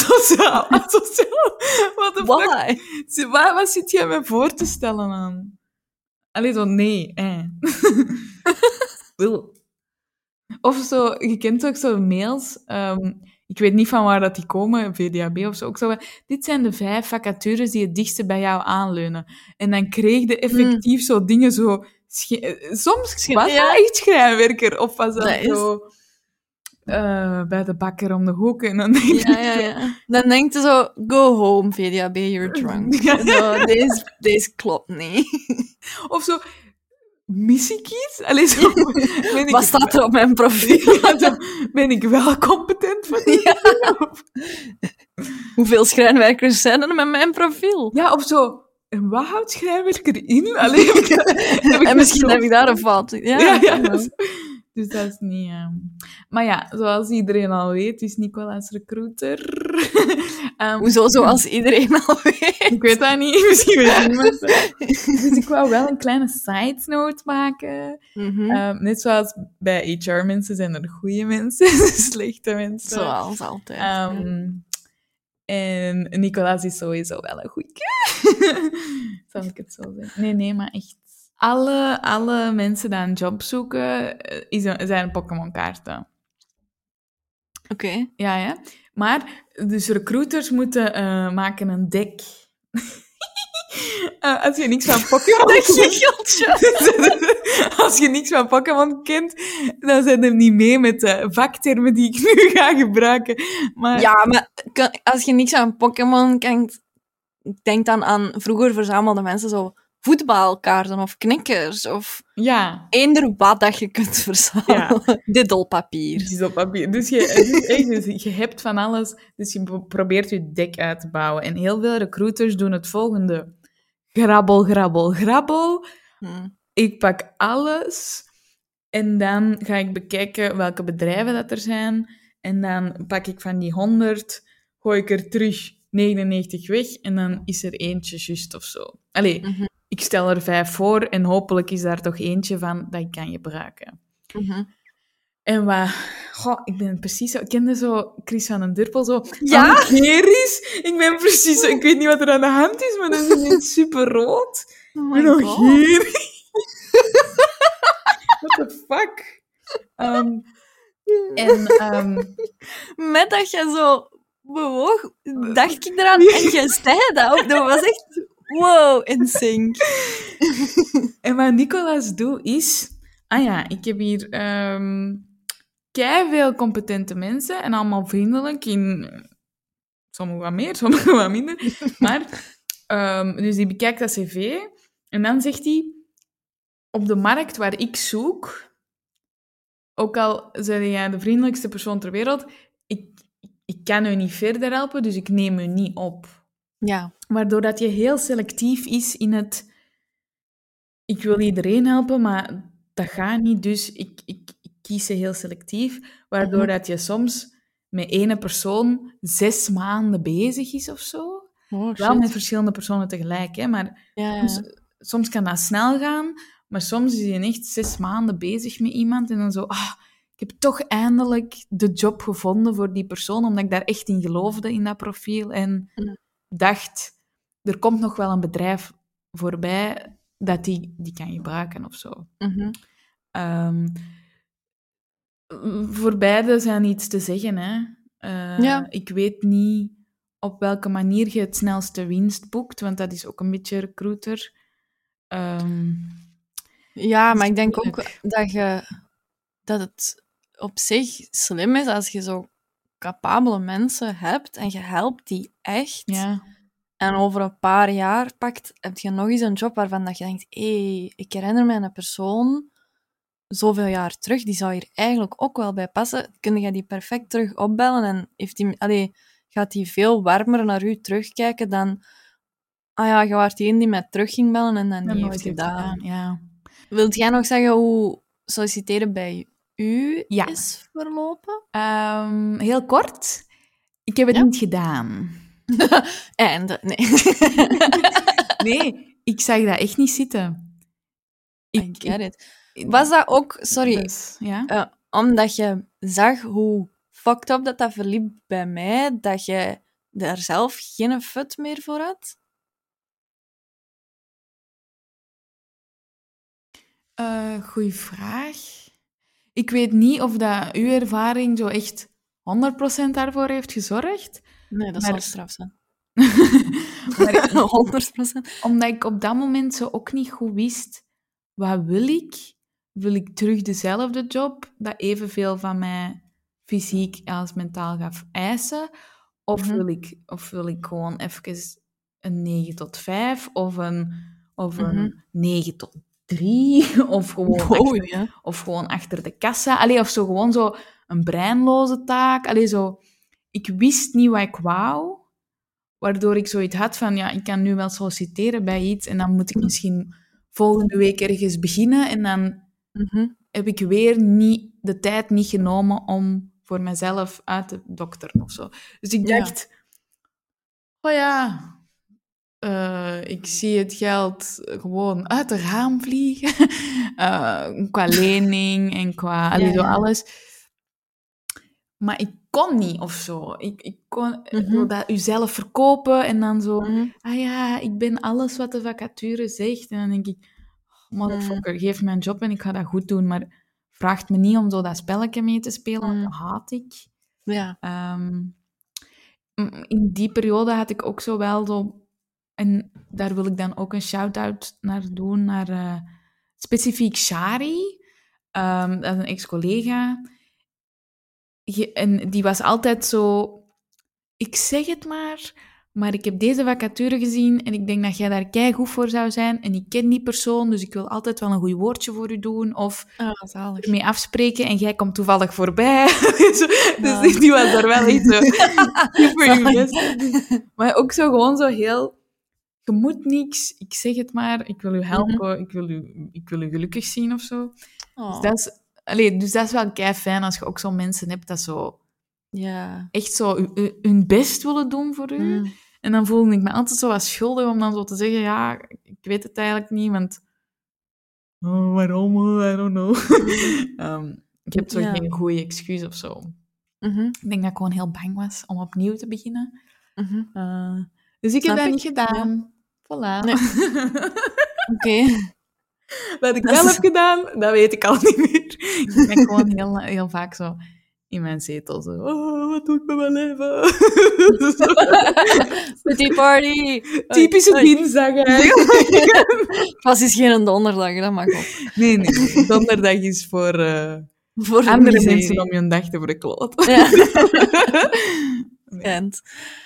What the Why? fuck? Wat zit jij me voor te stellen aan? Allee, zo nee. Of zo, je kent ook zo mails. Ik weet niet van waar dat die komen, VDAB of zo. Ook zo. Dit zijn de 5 vacatures die het dichtste bij jou aanleunen. En dan kreeg je effectief zo dingen zo... Soms was dat echt schrijnwerker. Of was dat zo... bij de bakker om de hoek. En dan denk Ja. Dan denkt je zo, go home, VDAB, you're drunk. Zo, deze klopt niet. Of zo, mis ik iets? Allee, zo, Wat staat er op mijn profiel? Ja, zo, ben ik wel competent voor dit? Ja. Hoeveel schrijnwerkers zijn er met mijn profiel? Ja, of zo, en wat houdt schrijnwerker in? Allee, En misschien heb ik daar een fout. Ja. Dus dat is niet... Maar ja, zoals iedereen al weet, is Nicolas recruiter. Hoezo, zoals iedereen al weet? Ik weet dat niet, misschien weet niemand dat. Dus ik wou wel een kleine side note maken. Net zoals bij HR-mensen zijn er goede mensen, slechte mensen. Zoals altijd. En Nicolas is sowieso wel een goeie. Zal ik het zo zeggen? Nee, maar echt. Alle mensen die een job zoeken, zijn Pokémon-kaarten. Oké. Ja. Maar, dus recruiters moeten maken een deck. Als je niks van Pokémon kent... Als je niks van Pokémon kent, dan zijn er niet mee met de vaktermen die ik nu ga gebruiken. Maar... Ja, maar als je niks aan Pokémon kent, denk dan aan... Vroeger verzamelden mensen zo voetbalkaarten of knikkers of... Ja. Eender wat dat je kunt verzamelen. Ja. Diddelpapier. Dus je hebt van alles. Dus je probeert je deck uit te bouwen. En heel veel recruiters doen het volgende. Grabbel. Ik pak alles. En dan ga ik bekijken welke bedrijven dat er zijn. En dan pak ik van die 100, gooi ik er terug 99 weg. En dan is er eentje just of zo. Allee, ik stel er 5 voor en hopelijk is daar toch eentje van dat ik kan gebruiken. En wat... Goh, ik ben precies zo... Ik kende zo Chris van den Durpel zo... Ja? Is. Ik ben precies zo... Ik weet niet wat er aan de hand is, maar dat is ineens super rood. Oh my god. What the fuck? Met dat je zo bewoog, dacht ik eraan en je zei dat ook. Dat was echt... Wow, in sync. En wat Nicolas doet is... ik heb hier keiveel competente mensen en allemaal vriendelijk in... Sommigen wat meer, sommigen wat minder. Maar, dus die bekijkt dat cv en dan zegt hij... Op de markt waar ik zoek... Ook al ben jij de vriendelijkste persoon ter wereld... Ik kan u niet verder helpen, dus ik neem u niet op. Ja. Waardoor dat je heel selectief is in het... Ik wil iedereen helpen, maar dat gaat niet, dus ik kies ze heel selectief. Waardoor dat je soms met ene persoon 6 maanden bezig is of zo. Oh, Wel met shit. verschillende personen tegelijk, hè, maar Ja. soms kan dat snel gaan, maar soms is je echt 6 maanden bezig met iemand en dan zo, ik heb toch eindelijk de job gevonden voor die persoon, omdat ik daar echt in geloofde, in dat profiel. En Mm. dacht, er komt nog wel een bedrijf voorbij dat die kan gebruiken of zo. Mhm. Voor beide zijn iets te zeggen, hè. Ja. Ik weet niet op welke manier je het snelste winst boekt, want dat is ook een beetje recruiter. Ja, Dat maar is ik denk ook moeilijk. dat het op zich slim is als je zo capabele mensen hebt en je helpt die echt. Ja, En over een paar jaar heb je nog eens een job waarvan dat je denkt, ik herinner me een persoon zoveel jaar terug, die zou hier eigenlijk ook wel bij passen. Kun je die perfect terug opbellen en gaat die veel warmer naar u terugkijken dan, je waart die die mij terug ging bellen en dat dat niet heeft nooit heeft gedaan. gedaan. Ja. Wilt jij nog zeggen hoe solliciteren bij u Ja. is verlopen? Heel kort. Ik heb het Ja? niet gedaan. Einde, nee. Nee, ik zag dat echt niet zitten. I get it. Was dat ook, sorry, Dus, ja. omdat je zag hoe fucked up dat verliep bij mij, dat je daar zelf geen fut meer voor had? Goeie vraag. Ik weet niet of dat uw ervaring zo echt 100% daarvoor heeft gezorgd. Nee, dat Maar- zal straf zijn. Maar 100%. omdat ik op dat moment zo ook niet goed wist, wat wil ik? Wil ik terug dezelfde job, dat evenveel van mij fysiek als mentaal gaat eisen? Of Mhm. wil ik gewoon even een 9 tot 5 of Mhm. een 9 tot 3 Wow, ja. of gewoon achter de kassa. Allee, of zo gewoon zo een breinloze taak. Allee, zo. Ik wist niet wat ik wou, waardoor ik zoiets had van, ja, ik kan nu wel solliciteren bij iets en dan moet ik misschien volgende week ergens beginnen en dan Mhm. heb ik weer niet de tijd niet genomen om voor mezelf uit te dokteren of zo. Dus ik Ja. dacht, oh ja, ik zie het geld gewoon uit het raam vliegen. Qua lening en qua allee, zo ja. alles. Maar ik kon niet of zo. Ik kon zo dat uzelf verkopen en dan zo... Mhm. Ah ja, ik ben alles wat de vacature zegt. En dan denk ik... Motherfucker, geef me een job en ik ga dat goed doen. Maar vraagt me niet om zo dat spelletje mee te spelen, want dat haat ik. Ja. In die periode had ik ook zo wel zo... En daar wil ik dan ook een shout-out naar doen, naar specifiek Shari. Dat is een ex-collega. En die was altijd zo... Ik zeg het maar ik heb deze vacature gezien en ik denk dat jij daar keigoed voor zou zijn. En ik ken die persoon, dus ik wil altijd wel een goed woordje voor u doen. Of Zalig. ermee afspreken en jij komt toevallig voorbij. Dus die was daar wel echt zo super invested. Maar ook zo gewoon zo heel... Je moet niks, ik zeg het maar, ik wil u helpen, ik wil u gelukkig zien of zo. Oh. Dus dat is wel kei fijn als je ook zo mensen hebt dat zo Ja. echt zo hun best willen doen voor u. En dan voelde ik me altijd zo wat schuldig om dan zo te zeggen, ja, ik weet het eigenlijk niet, want... waarom? I don't know. Ik heb zo geen goede excuus of zo. Ik denk dat ik gewoon heel bang was om opnieuw te beginnen. Dus ik heb dat niet gedaan. Ja. Voilà. Nee. Oké. Wat ik wel heb gedaan, dat weet ik al niet meer. Ik ben gewoon heel vaak zo in mijn zetel zo... Oh, wat doe ik met mijn leven? Petit party! Typische dinsdag eigenlijk. Het was eens geen donderdag, dat mag ook. Nee. Donderdag is voor Voor andere mensen om je een dag te verkloten. Ja. Eind.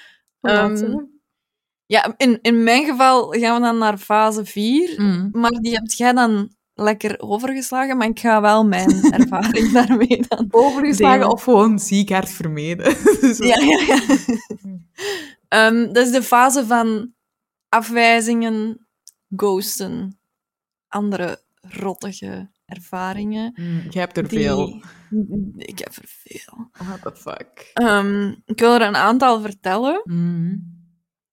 Ja, in mijn geval gaan we dan naar fase 4. Maar die heb jij dan lekker overgeslagen, maar ik ga wel mijn ervaring daarmee dan overgeslagen delen. Of gewoon ziek hard vermeden. Ja. Dat is de fase van afwijzingen, ghosten, andere rottige ervaringen. Je hebt er veel. Ik heb er veel. What the fuck? Ik wil er een aantal vertellen.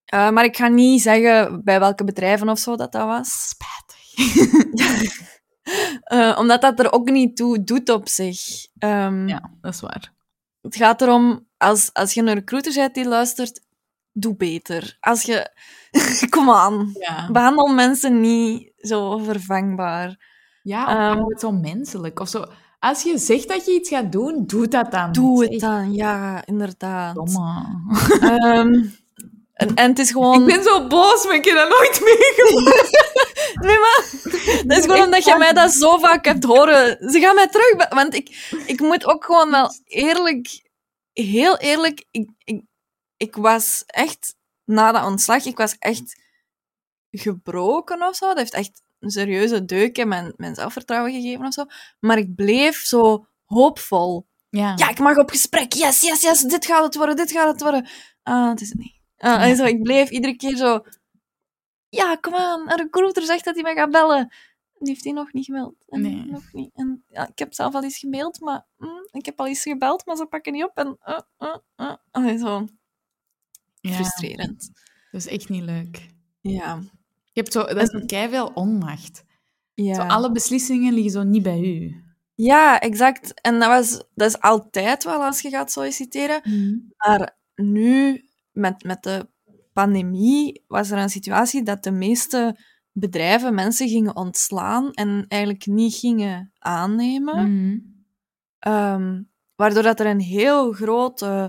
Maar ik ga niet zeggen bij welke bedrijven of zo dat was. Spijtig. Omdat dat er ook niet toe doet op zich. Ja, dat is waar. Het gaat erom, als je een recruiter bent die luistert, doe beter. Als je... Kom aan. Ja. Behandel mensen niet zo vervangbaar. Ja, of hou het zo menselijk. Of zo. Als je zegt dat je iets gaat doen, doe dat dan. Doe Zeg, het dan, ja, inderdaad. domme. En het is gewoon... Ik ben zo boos, maar ik heb dat nooit meegemaakt. Nee, maar dat is gewoon omdat je mij dat zo vaak hebt horen. Ze gaan mij terug... Want ik moet ook gewoon wel eerlijk... Heel eerlijk, ik was echt... Na dat ontslag, ik was echt gebroken of zo. Dat heeft echt een serieuze deuk in mijn zelfvertrouwen gegeven of zo. Maar ik bleef zo hoopvol. Ja. Ja, ik mag op gesprek. Yes, yes, yes. Dit gaat het worden, dit gaat het worden. Het is het niet. En zo, ik bleef iedere keer zo... Ja, kom aan. Een recruiter zegt dat hij mij gaat bellen. Die heeft hij nog niet gemeld. En Nee. nog niet. En ja, ik heb zelf al eens gemaild, maar... ik heb al eens gebeld, maar ze pakken niet op. En... zo. Ja. Frustrerend. Dat is echt niet leuk. Ja. Je hebt zo, dat is zo keiveel onmacht. Ja. Zo, alle beslissingen liggen zo niet bij u. Ja, exact. En dat is altijd wel als je gaat solliciteren. Maar nu, met de pandemie, was er een situatie dat de meeste bedrijven mensen gingen ontslaan en eigenlijk niet gingen aannemen. Waardoor dat er een heel grote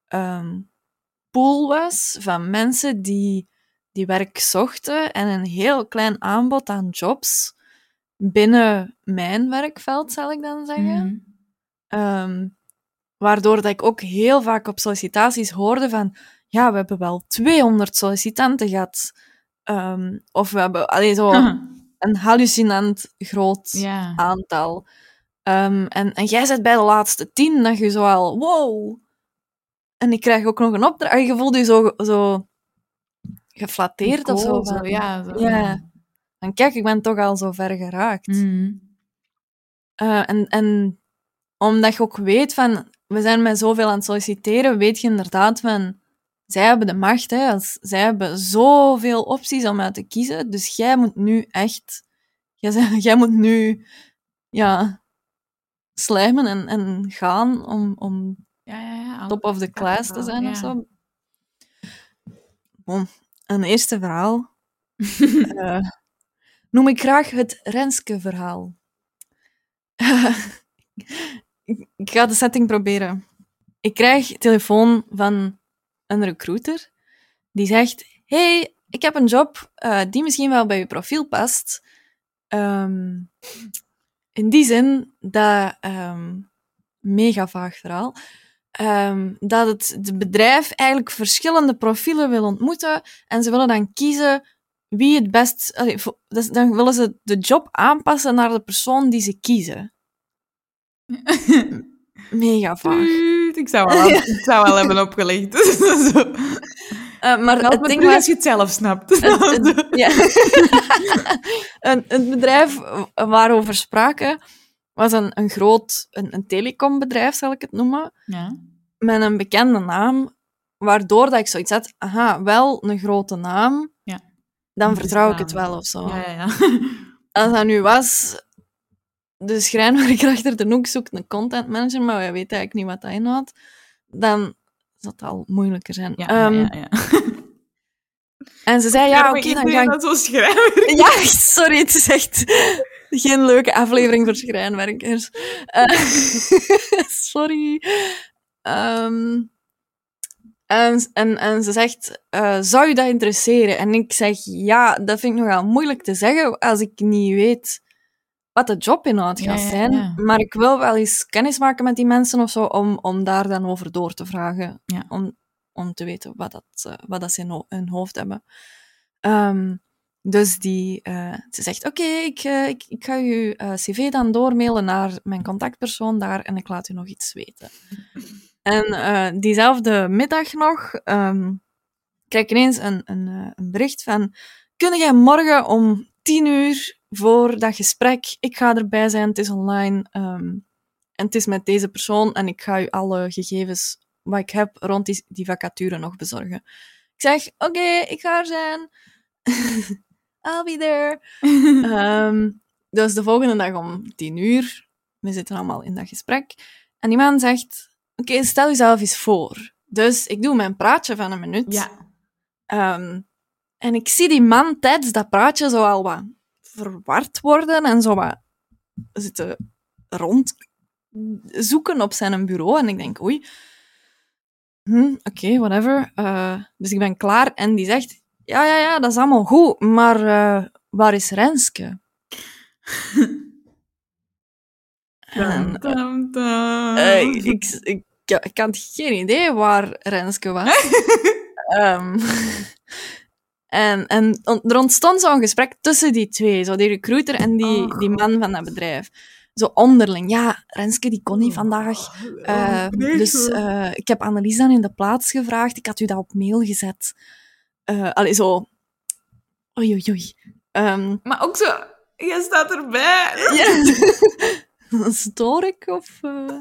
pool was van mensen die werk zochten en een heel klein aanbod aan jobs binnen mijn werkveld, zal ik dan zeggen. Waardoor dat ik ook heel vaak op sollicitaties hoorde van ja, we hebben wel 200 sollicitanten gehad. Of we hebben zo een hallucinant groot aantal. En jij zit bij de laatste 10, dat je zo al, wow. En ik krijg ook nog een opdracht. Je voelt je zo geflatteerd of zo. Van, ja. En kijk, ik ben toch al zo ver geraakt. En omdat je ook weet van, we zijn met zoveel aan het solliciteren, weet je inderdaad van, zij hebben de macht, hè. Zij hebben zoveel opties om uit te kiezen, dus jij moet nu echt, jij moet nu, slijmen en gaan om top of the class te zijn of zo. Bon, een eerste verhaal noem ik graag het Renske-verhaal. Ik ga de setting proberen. Ik krijg telefoon van een recruiter die zegt: hey, ik heb een job die misschien wel bij je profiel past. In die zin dat... mega vaag verhaal. Dat het bedrijf eigenlijk verschillende profielen wil ontmoeten en ze willen dan kiezen wie het best... Dan willen ze de job aanpassen naar de persoon die ze kiezen. Mega vaag. Ik zou wel hebben opgelegd. Maar het ding was... als je het zelf snapt. Het bedrijf waarover spraken was een groot telecombedrijf, zal ik het noemen. Ja. Met een bekende naam, waardoor dat ik zoiets had, wel een grote naam, dan vertrouw ik het wel of zo. Ja. Als dat nu was, de schrijnwerker achter de hoek zoekt een content manager, maar wij weten eigenlijk niet wat dat inhoudt, dan zal het al moeilijker zijn. Ja. En ze zei, oké, dan ga ik... Dat zo schrijnwerker. Ja, sorry, het is echt geen leuke aflevering voor schrijnwerkers. Sorry. En ze zegt, zou je dat interesseren? En ik zeg, ja, dat vind ik nogal moeilijk te zeggen als ik niet weet wat de jobinhoud gaat zijn. Ja. Maar ik wil wel eens kennis maken met die mensen of zo, om daar dan over door te vragen. Ja. Om te weten wat dat ze in hun hoofd hebben. Dus ze zegt, oké, ik ga je cv dan doormailen naar mijn contactpersoon daar en ik laat u nog iets weten. En diezelfde middag nog krijg ik ineens een bericht van, kun jij morgen om 10:00 voor dat gesprek, ik ga erbij zijn, het is online en het is met deze persoon en ik ga u alle gegevens wat ik heb rond die vacature nog bezorgen. Ik zeg, oké, ik ga er zijn. I'll be there. Dus de volgende dag om 10:00, we zitten allemaal in dat gesprek. En die man zegt, oké, stel jezelf eens voor. Dus ik doe mijn praatje van 1 minuut. Ja. En ik zie die man tijdens dat praatje zo al wat verward worden en zo wat zitten rondzoeken op zijn bureau. En ik denk, oei, oké, whatever. Dus ik ben klaar en die zegt, ja, dat is allemaal goed, maar waar is Renske? En, ik had geen idee waar Renske was. En er ontstond zo'n gesprek tussen die twee, zo die recruiter en die man van dat bedrijf. Zo onderling. Ja, Renske die kon niet vandaag. Dus ik heb Annelies dan in de plaats gevraagd. Ik had u dat op mail gezet. Allee, zo... Oei. Maar ook zo... Je staat erbij. Ja. Stoor ik? Of...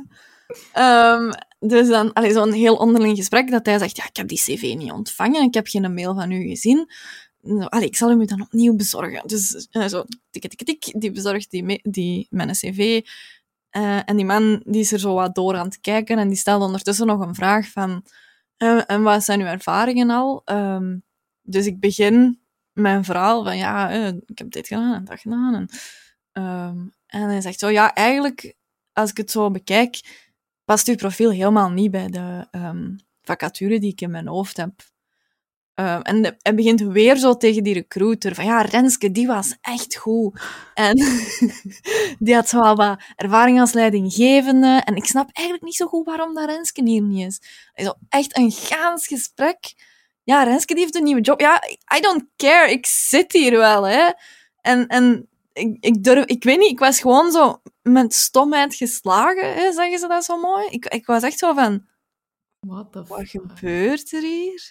Dus dan zo'n heel onderling gesprek dat hij zegt, ja, ik heb die cv niet ontvangen, ik heb geen mail van u gezien. Ik zal hem u dan opnieuw bezorgen. Dus zo, tik, die bezorgt die mijn cv. En die man die is er zo wat door aan het kijken en die stelt ondertussen nog een vraag van en wat zijn uw ervaringen al? Dus ik begin mijn verhaal van ja, ik heb dit gedaan en dat gedaan. En hij zegt zo, ja, eigenlijk, als ik het zo bekijk, past uw profiel helemaal niet bij de vacature die ik in mijn hoofd heb. En hij begint weer zo tegen die recruiter van ja, Renske, die was echt goed. En die had zo al wat ervaring als leidinggevende. En ik snap eigenlijk niet zo goed waarom dat Renske hier niet is. Zo, echt een gaans gesprek. Ja, Renske die heeft een nieuwe job. Ja, I don't care. Ik zit hier wel, hè. En ik weet niet, ik was gewoon zo met stomheid geslagen, hè, zeggen ze dat zo mooi. Ik was echt zo van... Wat gebeurt er hier?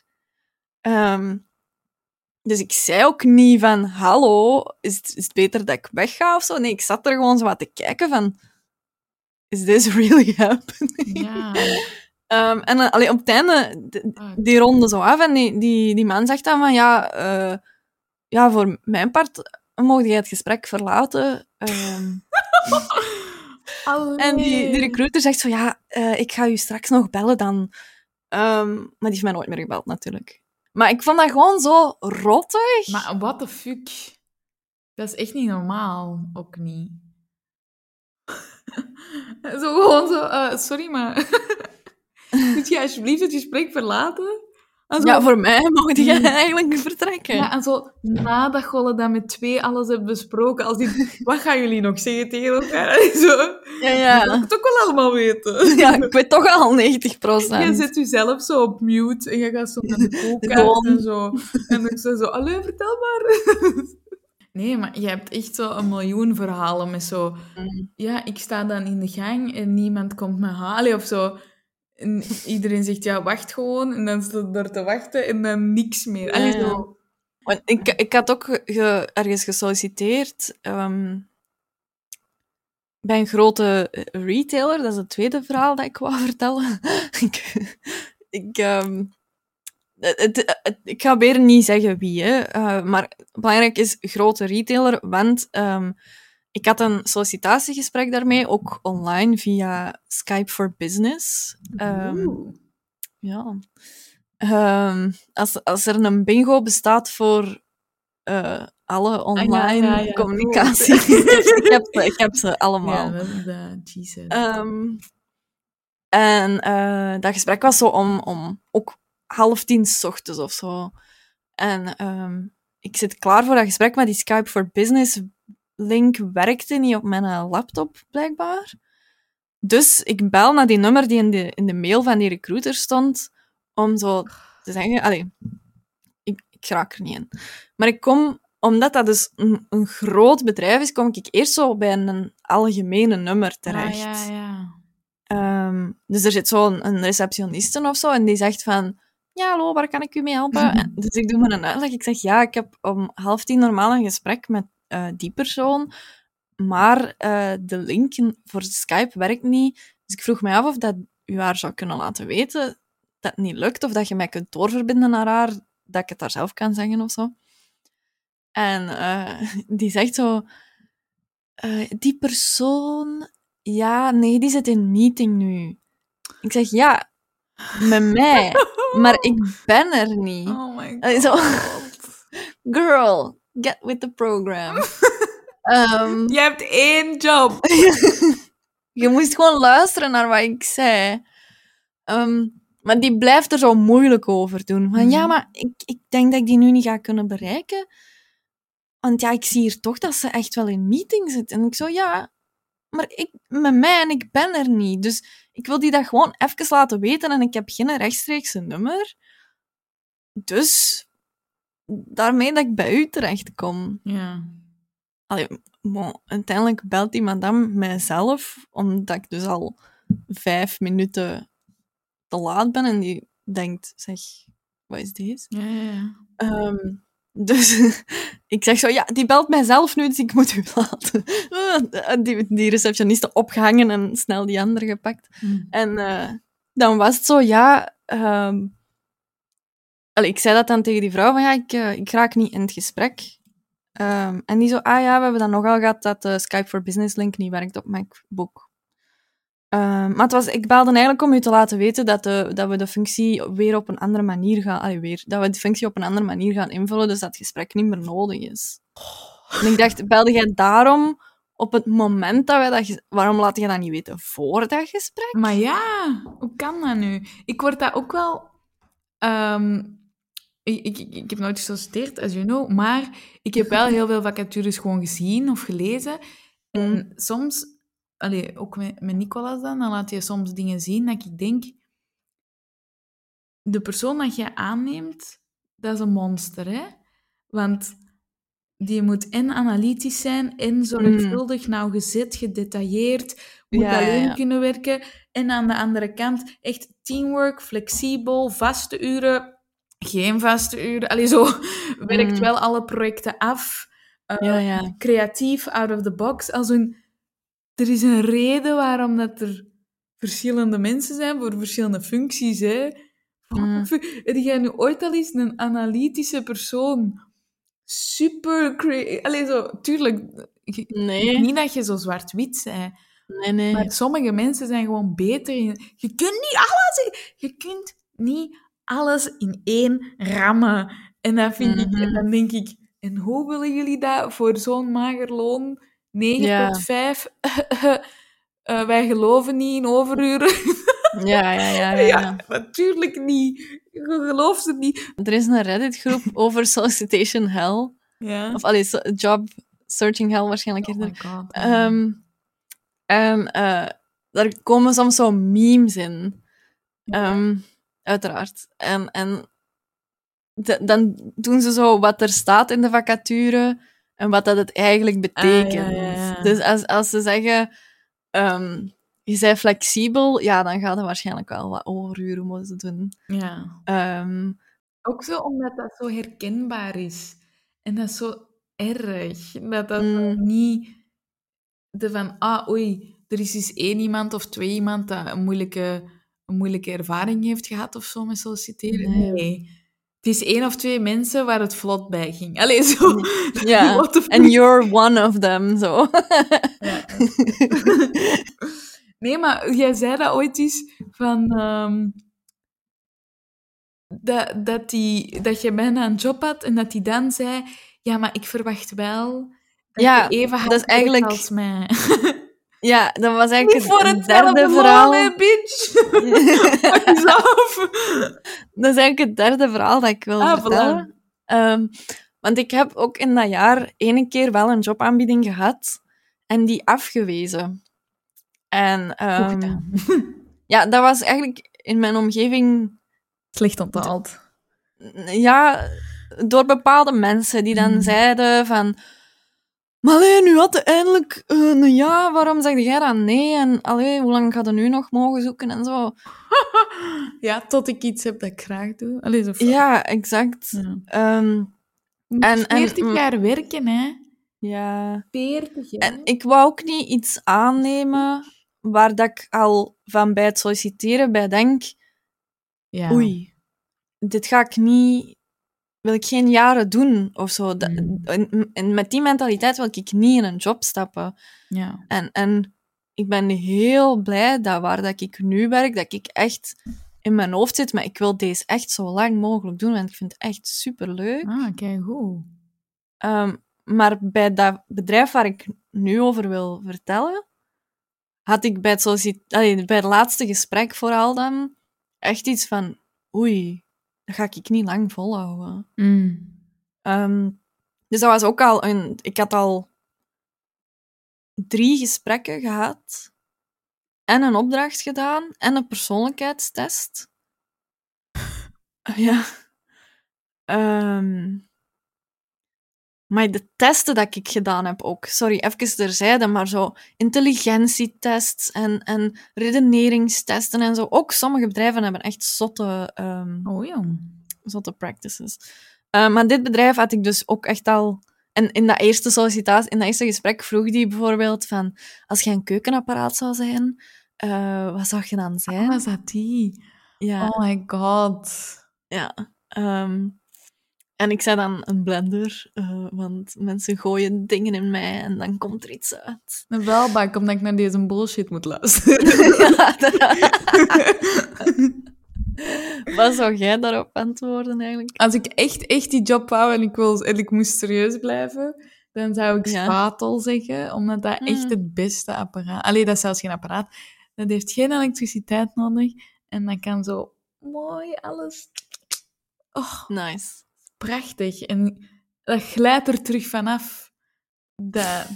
Dus ik zei ook niet van, hallo, is het beter dat ik wegga of zo? Nee, ik zat er gewoon zo wat te kijken van, is this really happening? Ja. En dan, op het einde, die ronde zo af en die man zegt dan van, ja, voor mijn part mocht jij het gesprek verlaten. En die recruiter zegt zo, ja, ik ga u straks nog bellen dan. Maar die heeft mij nooit meer gebeld, natuurlijk. Maar ik vond dat gewoon zo rottig. Maar what the fuck? Dat is echt niet normaal. Ook niet. Zo gewoon zo... sorry, maar... Moet je alsjeblieft het gesprek verlaten? Zo... Ja, voor mij mag je eigenlijk vertrekken. Ja, en zo nadat Golle dat met 2 alles hebben besproken, als die... Wat gaan jullie nog zeggen tegen elkaar? Zo... Ja. Dat wil ik toch wel allemaal weten. Ja, ik weet toch al 90%. Je zet jezelf zo op mute en je gaat zo naar de koelkast en zo. En ik zei zo, allee, vertel maar. Nee, maar je hebt echt zo 1 miljoen verhalen met zo... Ja, ik sta dan in de gang en niemand komt me halen of zo. En iedereen zegt, ja, wacht gewoon. En dan staat er te wachten en dan niks meer. Allee, zo. Want ik had ook ergens gesolliciteerd... bij een grote retailer, dat is het tweede verhaal dat ik wou vertellen. Ik ga weer niet zeggen wie, hè. Maar belangrijk is grote retailer, want ik had een sollicitatiegesprek daarmee, ook online via Skype for Business. Ja. Als er een bingo bestaat voor alle online communicatie. Ik heb ze allemaal. Ja, Jesus. En dat gesprek was zo om ook 9:30 's ochtends of zo. En ik zit klaar voor dat gesprek, maar die Skype for Business link werkte niet op mijn laptop, blijkbaar. Dus ik bel naar die nummer die in de mail van die recruiter stond, om zo te zeggen... Allee, ik raak er niet in. Maar ik kom... Omdat dat dus een groot bedrijf is, kom ik eerst zo bij een algemene nummer terecht. Dus er zit zo een receptioniste of zo, en die zegt van... Ja, hallo, waar kan ik u mee helpen? Dus ik doe me een uitleg. Ik zeg, ja, ik heb om 9:30 normaal een gesprek met die persoon, maar de link voor Skype werkt niet. Dus ik vroeg mij af of dat u haar zou kunnen laten weten dat het niet lukt, of dat je mij kunt doorverbinden naar haar, dat ik het daar zelf kan zeggen of zo. En die zegt zo... die persoon... Ja, nee, die zit in meeting nu. Ik zeg, ja, met mij. Maar ik ben er niet. Oh my Allee, god. zo, girl, get with the program. Je hebt 1 job. Je moest gewoon luisteren naar wat ik zei. Maar die blijft er zo moeilijk over doen. Van, ja, maar ik denk dat ik die nu niet ga kunnen bereiken. Want ja, ik zie hier toch dat ze echt wel in meeting zit. En ik zo, ja, maar met mij en ik ben er niet. Dus ik wil die dat gewoon even laten weten en ik heb geen rechtstreekse nummer. Dus daarmee dat ik bij u terecht kom. Ja. Allee, bon, uiteindelijk belt die madame mijzelf, omdat ik dus al 5 minuten te laat ben en die denkt, zeg, wat is deze? Ja. Dus ik zeg zo, ja, die belt mijzelf nu, dus ik moet u laten. Die receptioniste opgehangen en snel die andere gepakt. En dan was het zo, ja... ik zei dat dan tegen die vrouw, van ja, ik raak niet in het gesprek. En die zo, ja, we hebben dan nogal gehad dat de Skype for Business link niet werkt op MacBook. Maar ik belde eigenlijk om u te laten weten dat we de functie weer op een andere manier gaan... dat we de functie op een andere manier gaan invullen, dus dat het gesprek niet meer nodig is. En ik dacht, belde jij daarom op het moment dat wij waarom laat je dat niet weten voor dat gesprek? Maar ja, hoe kan dat nu? Ik word dat ook wel... Ik heb nooit gesolliciteerd, as you know, maar ik heb wel heel veel vacatures gewoon gezien of gelezen. En soms, ook met Nicolas dan laat je soms dingen zien dat ik denk, de persoon dat je aanneemt, dat is een monster, hè? Want die moet en analytisch zijn en zorgvuldig, nauwgezet, gedetailleerd, moet alleen kunnen werken. En aan de andere kant echt teamwork, flexibel, vaste uren... Geen vaste uren. Zo werkt wel alle projecten af. Creatief, out of the box. Er is een reden waarom dat er verschillende mensen zijn voor verschillende functies. Hè. Heb jij nu ooit al eens een analytische persoon? Super creatief. Tuurlijk, Nee. niet dat je zo zwart-wit bent. Nee. Maar sommige mensen zijn gewoon beter in... Je kunt niet alles... Je kunt niet alles in 1 rammen. En dat vind ik... En dan denk ik... En hoe willen jullie dat voor zo'n mager loon? 9 tot 5? Wij geloven niet in overuren. Ja. Natuurlijk niet. Je gelooft het niet. Er is een Reddit-groep over solicitation hell. Ja. Of job searching hell waarschijnlijk eerder. my god. En daar komen soms zo memes in. Uiteraard. En dan doen ze zo wat er staat in de vacature en wat dat het eigenlijk betekent. Dus als ze zeggen, je bent flexibel, ja, dan gaat het waarschijnlijk wel wat overuren moeten doen. Ja. Ook zo omdat dat zo herkenbaar is. En dat is zo erg. Dat niet... Van, oei, er is eens 1 iemand of 2 iemand dat een moeilijke ervaring heeft gehad of zo met solliciteren. Nee. Het is 1 of 2 mensen waar het vlot bij ging. Zo. Ja, and you're one of them, zo. Ja. Nee, maar jij zei dat ooit eens van... dat je bijna een job had en dat hij dan zei... Ja, maar ik verwacht wel dat je even hard dat is eigenlijk... als mij. Ja, dat was eigenlijk niet voor het derde verhaal. Hè, bitch. Pak eens af. Dat is eigenlijk het derde verhaal dat ik wil vertellen. Want ik heb ook in dat jaar 1 keer wel een jobaanbieding gehad en die afgewezen. En ja, dat was eigenlijk in mijn omgeving... Slecht onthaald. Ja, door bepaalde mensen die dan zeiden van... Maar allee, nu had je eindelijk een ja, waarom zeg jij dan nee? En allee, hoe lang gaat je nu nog mogen zoeken en zo? Ja, tot ik iets heb dat ik graag doe. Zo ja, exact. Ja. 40 jaar werken, hè? Ja. 40 jaar. En ik wou ook niet iets aannemen waar dat ik al van bij het solliciteren bij denk... Oei, dit ga ik niet wil ik geen jaren doen of zo. Mm. En met die mentaliteit wil ik niet in een job stappen. Ja. En ik ben heel blij dat waar dat ik nu werk, dat ik echt in mijn hoofd zit, maar ik wil deze echt zo lang mogelijk doen, want ik vind het echt superleuk. Kijk, goed. Maar bij dat bedrijf waar ik nu over wil vertellen, had ik bij het laatste gesprek vooral dan echt iets van, oei, dat ga ik niet lang volhouden. Dus dat was ook al ik had al 3 gesprekken gehad en een opdracht gedaan en een persoonlijkheidstest. Ja. Maar de testen dat ik gedaan heb ook, sorry, even terzijde, maar zo intelligentietests en redeneringstesten en zo. Ook sommige bedrijven hebben echt zotte practices. Maar dit bedrijf had ik dus ook echt al... En in dat eerste sollicitatie, in dat eerste gesprek vroeg die bijvoorbeeld van, als je een keukenapparaat zou zijn, wat zou je dan zijn? Was dat die? Ja. Oh my god. Ja. En ik zei dan een blender, want mensen gooien dingen in mij en dan komt er iets uit. Een welbak, omdat ik naar deze bullshit moet luisteren. Wat zou jij daarop antwoorden eigenlijk? Als ik echt die job wou en ik moest serieus blijven, dan zou ik spatel zeggen, omdat dat echt het beste apparaat... Allee, dat is zelfs geen apparaat. Dat heeft geen elektriciteit nodig. En dat kan zo mooi alles... Oh, Nice. prachtig. En dat glijdt er terug vanaf. Dat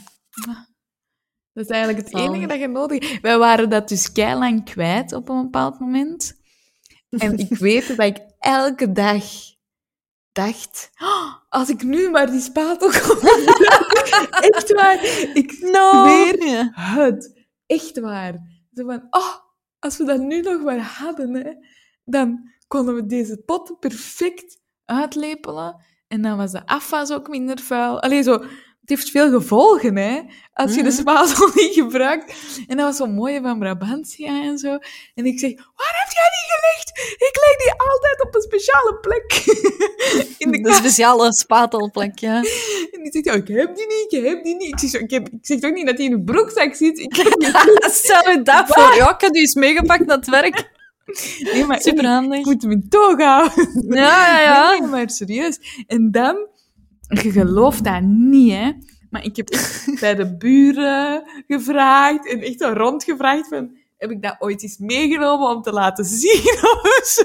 is eigenlijk het enige dat je nodig hebt. Wij waren dat dus keilang kwijt op een bepaald moment. En ik weet dat ik elke dag dacht... Oh, als ik nu maar die spatel kon gebruiken. Echt waar. Ik zweer het. Echt waar. Zo van... Oh, als we dat nu nog maar hadden, hè, dan konden we deze pot perfect uitlepelen. En dan was de afwas ook minder vuil. Allee, zo... Het heeft veel gevolgen, hè, als je de spatel niet gebruikt. En dat was zo mooi van Brabantia en zo. En ik zeg, waar heb jij die gelegd? Ik leg die altijd op een speciale plek. In de speciale spatelplek, ja. En die zegt, ik heb die niet. Ik zeg toch niet dat hij in een broekzak zit? Stel je dat voor. Ja, ik heb die eens meegepakt naar het werk. Nee, maar superhandig. Ik moet hem in toog houden. Ja. Nee, maar serieus. En dan... Je gelooft dat niet, hè. Maar ik heb echt bij de buren gevraagd en echt al rondgevraagd van... Heb ik dat ooit eens meegenomen om te laten zien of zo?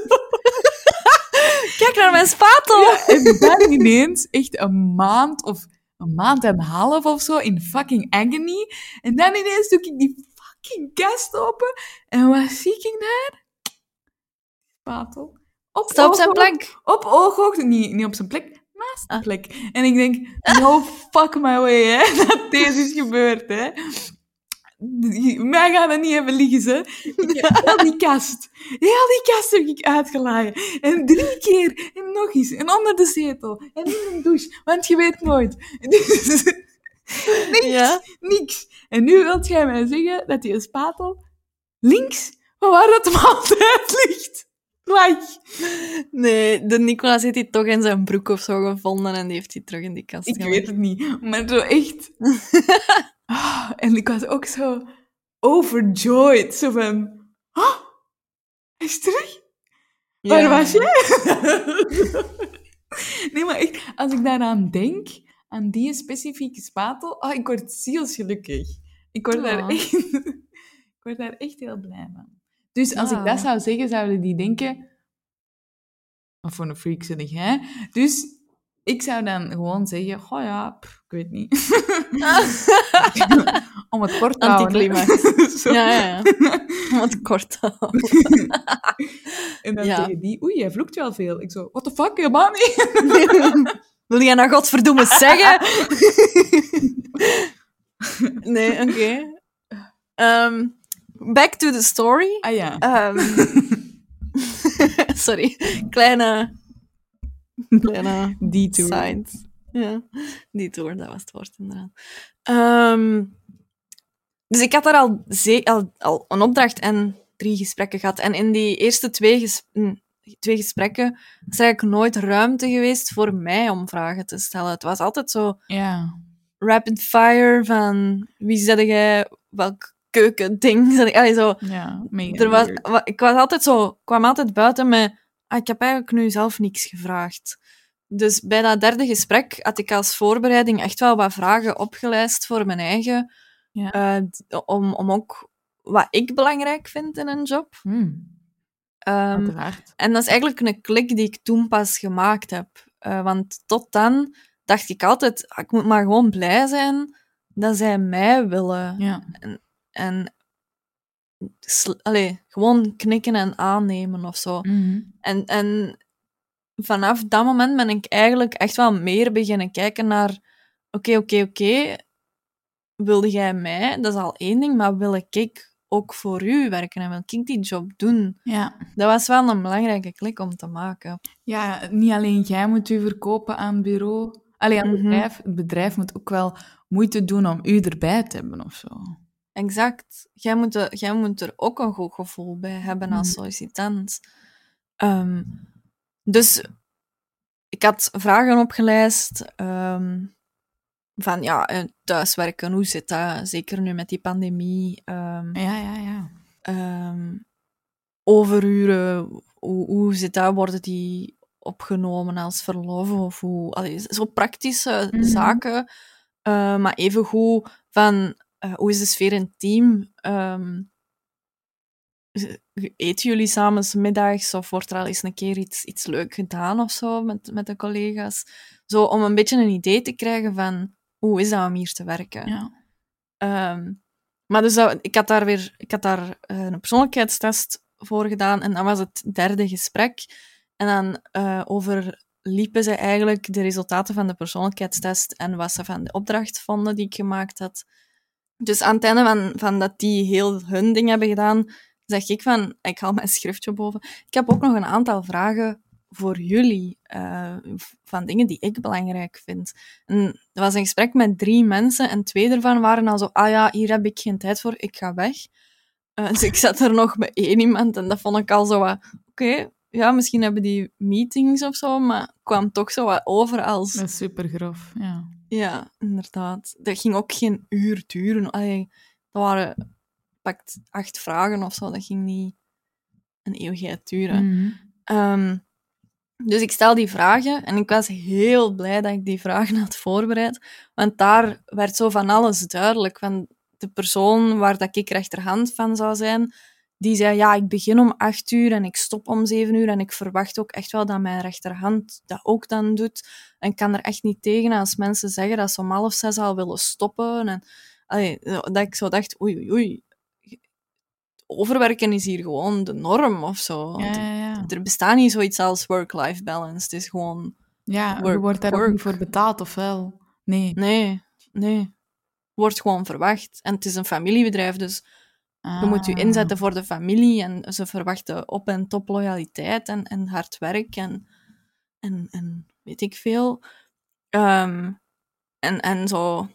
Kijk naar mijn spatel! Ja, en dan ineens echt een maand en een half of zo in fucking agony. En dan ineens doe ik die fucking kast open. En wat zie ik daar? Spatel. Staat op zijn plek? Op ooghoogte. Niet op zijn plek. Naast de plek. En ik denk, no fuck my way, hè. Dat deze is gebeurd, hè. Mij gaan dat niet hebben liggen, ze. Ik heb heel die kast heb ik uitgelagen. En 3 keer. En nog eens. En onder de zetel. En in een douche. Want je weet nooit. Niks. En nu wilt jij mij zeggen dat die spatel links, van waar dat hem altijd ligt. Nee, de Nicolas heeft die toch in zijn broek of zo gevonden en die heeft die terug in die kast gelegd. Ik weet het niet, maar zo echt... en ik was ook zo overjoyed. Zo van... Oh, hij is terug? Ja. Waar was jij? Nee, maar echt, als ik daaraan denk, aan die specifieke spatel, ik word zielsgelukkig. Ik word daar echt heel blij van. Dus als ik dat zou zeggen, zouden die denken... Of voor een freak zit hè? Dus ik zou dan gewoon zeggen... Oh ja, ik weet niet. Om het kort te houden. Anticlimax. Ja. Om het kort te houden. En dan tegen die... Oei, jij vloekt wel veel. Ik zo... What the fuck, helemaal niet. Wil jij nou godverdomme zeggen? Nee, oké. Back to the story. Ah ja. Sorry. Kleine detour. Science. Ja, detour, dat was het woord inderdaad. Dus ik had daar al een opdracht en 3 gesprekken gehad. En in die eerste 2 2 gesprekken, is er eigenlijk nooit ruimte geweest voor mij om vragen te stellen. Het was altijd zo Ja. rapid fire van wie zet jij, welk keukending zet ik... Allee, zo... Ja, mega weird. Ik was altijd zo, kwam altijd buiten met, ik heb eigenlijk nu zelf niks gevraagd. Dus bij dat 3e gesprek had ik als voorbereiding echt wel wat vragen opgelijst voor mijn eigen, Ja. om ook wat ik belangrijk vind in een job. Uiteraard. En dat is eigenlijk een klik die ik toen pas gemaakt heb. Want tot dan dacht ik altijd, ik moet maar gewoon blij zijn dat zij mij willen. Ja. En gewoon knikken en aannemen of zo. En vanaf dat moment ben ik eigenlijk echt wel meer beginnen kijken naar... Oké. Wilde jij mij? Dat is al 1 ding, maar wil ik ook voor u werken en wil ik die job doen? Ja. Dat was wel een belangrijke klik om te maken. Ja, niet alleen jij moet u verkopen aan het bureau. Allee, aan het bedrijf. Het bedrijf moet ook wel moeite doen om u erbij te hebben of zo. Exact. Jij moet er ook een goed gevoel bij hebben als sollicitant. Dus ik had vragen opgelijst van thuiswerken, hoe zit dat? Zeker nu met die pandemie. Ja. Overuren, hoe zit dat? Worden die opgenomen als verlof? Of zo praktische zaken. Maar evengoed van... hoe is de sfeer in het team? Eten jullie samen 's middags of wordt er al eens een keer iets leuk gedaan of zo met de collega's? Zo, om een beetje een idee te krijgen van hoe is dat om hier te werken? Ja. Maar dus ik had daar een persoonlijkheidstest voor gedaan en dat was het 3e gesprek. En dan overliepen ze eigenlijk de resultaten van de persoonlijkheidstest en wat ze van de opdracht vonden die ik gemaakt had. Dus aan het einde van dat die heel hun ding hebben gedaan, zeg ik van, ik haal mijn schriftje boven. Ik heb ook nog een aantal vragen voor jullie, van dingen die ik belangrijk vind. En dat was een gesprek met 3 mensen en 2 ervan waren al zo, hier heb ik geen tijd voor, ik ga weg. Dus ik zat er nog bij 1 iemand en dat vond ik al zo wat, oké, misschien hebben die meetings of zo, maar het kwam toch zo wat over als... Dat is super grof, ja. Ja, inderdaad. Dat ging ook geen uur duren. Dat waren pakt 8 vragen of zo. Dat ging niet een eeuwigheid duren. Dus ik stel die vragen en ik was heel blij dat ik die vragen had voorbereid. Want daar werd zo van alles duidelijk. Van de persoon waar dat ik rechterhand van zou zijn, die zei, ik begin om 8 uur en ik stop om 7 uur en ik verwacht ook echt wel dat mijn rechterhand dat ook dan doet. En ik kan er echt niet tegen als mensen zeggen dat ze om 5:30 al willen stoppen. En dat ik zo dacht, oei. Overwerken is hier gewoon de norm of zo. Ja. Er bestaat niet zoiets als work-life balance. Het is gewoon... Ja, work, je wordt daar work. ook niet voor betaald, of wel? Nee. Wordt gewoon verwacht. En het is een familiebedrijf, dus je moet je inzetten voor de familie. En ze verwachten op- en top loyaliteit en hard werk en weet ik veel. En zo...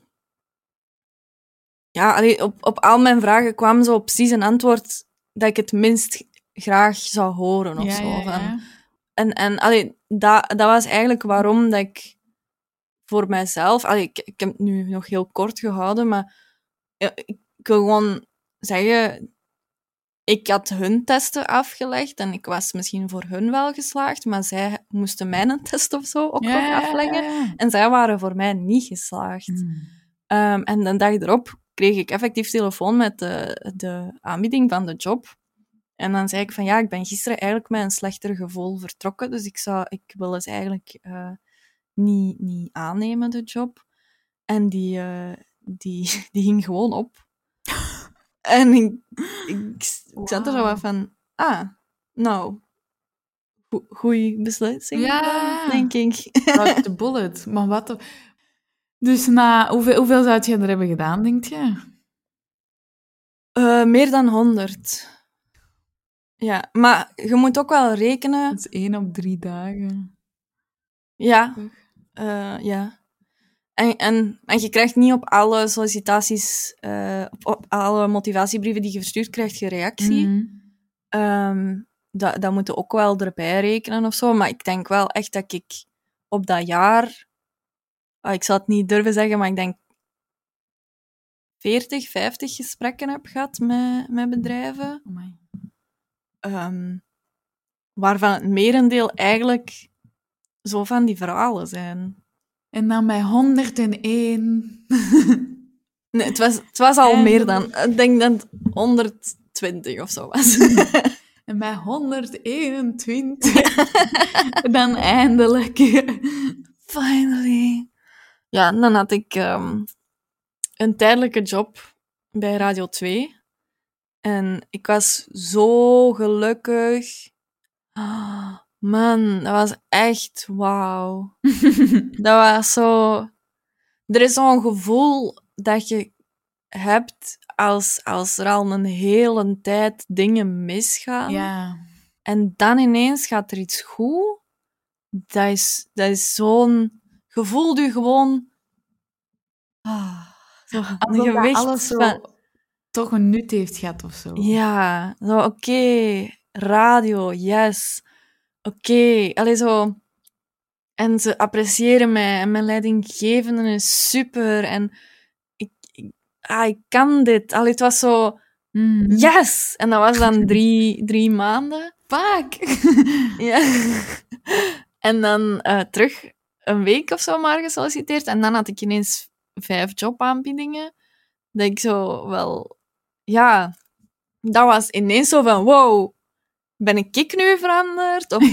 Ja, op al mijn vragen kwam zo precies een antwoord dat ik het minst graag zou horen of zo. Ja. Dat was eigenlijk waarom dat ik voor mijzelf... Ik heb het nu nog heel kort gehouden, maar ik wil gewoon zeggen... Ik had hun testen afgelegd en ik was misschien voor hun wel geslaagd, maar zij moesten mijn test of zo ook nog afleggen. Ja. En zij waren voor mij niet geslaagd. En de dag erop kreeg ik effectief telefoon met de aanbieding van de job. En dan zei ik van, ik ben gisteren eigenlijk met een slechter gevoel vertrokken, dus ik wil het eigenlijk niet aannemen, de job. En die ging gewoon op. En ik zat er zo wat van, nou, goeie beslissing, denk ik. Dodge the bullet. Maar wat... Dus hoeveel zou je er hebben gedaan, denk je? Meer dan 100. Ja, maar je moet ook wel rekenen... Dat is 1 op 3 dagen. Ja. Ja. En je krijgt niet op alle sollicitaties, op alle motivatiebrieven die je verstuurt, krijg je reactie. dat moeten ook wel erbij rekenen of zo. Maar ik denk wel echt dat ik op dat jaar... ik zal het niet durven zeggen, maar ik denk 40, 50 gesprekken heb gehad met bedrijven. Amai. Waarvan het merendeel eigenlijk zo van die verhalen zijn. En dan bij 101. Nee, het was al En- meer dan... Ik denk dat het 120 of zo was. En bij 121. Dan eindelijk. Finally. Ja, en dan had ik een tijdelijke job bij Radio 2. En ik was zo gelukkig. Ah, man, dat was echt wauw. Dat was zo... Er is zo'n gevoel dat je hebt als er al een hele tijd dingen misgaan. Ja. En dan ineens gaat er iets goed. Dat is zo'n... Je voelt je gewoon... zo Alsof een dat gewicht alles zo van... toch een nut heeft gehad of zo. Ja, zo oké, radio, yes. Oké, allee zo... En ze appreciëren mij en mijn leidinggevende is super en ik kan dit. Allee, het was zo... Mhm. Yes! En dat was dan 3 maanden. Fuck! Ja. En dan terug een week of zo maar gesolliciteerd. En dan had ik ineens 5 jobaanbiedingen. Dat ik zo wel... Ja, dat was ineens zo van... Wow, ben ik nu veranderd? Of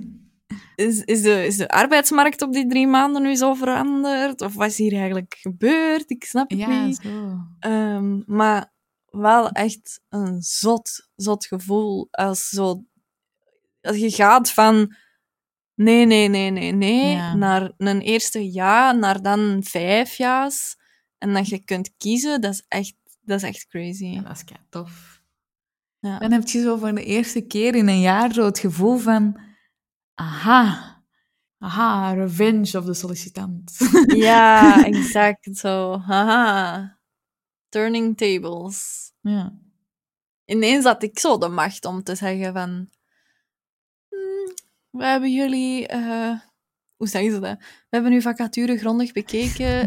is de arbeidsmarkt op die 3 maanden nu zo veranderd? Of wat is hier eigenlijk gebeurd? Ik snap het Ja, niet. zo. Maar wel echt een zot gevoel. Als je gaat van nee, Ja. naar een eerste ja, naar dan 5 ja's. En dat je kunt kiezen, dat is echt crazy. Ja, dat is kei tof. Ja. Dan heb je zo voor de eerste keer in een jaar zo het gevoel van... Aha, revenge of de sollicitant. Ja, exact zo. Haha. Turning tables. Ja. Ineens had ik zo de macht om te zeggen van... we hebben jullie... hoe zeggen ze dat? We hebben uw vacature grondig bekeken.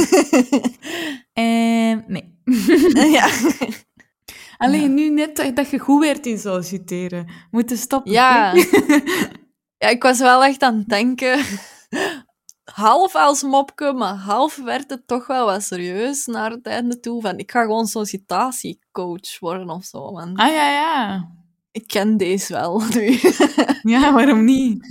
En nee. Ja. Alleen nu net dat je goed werd in solliciteren. Moeten stoppen. Ja. Ja, ik was wel echt aan het denken... Half als mopke, maar half werd het toch wel wat serieus naar het einde toe. Van, ik ga gewoon sollicitatiecoach worden of zo. Want Ah, ja. ik ken deze wel nu. Ja, waarom niet?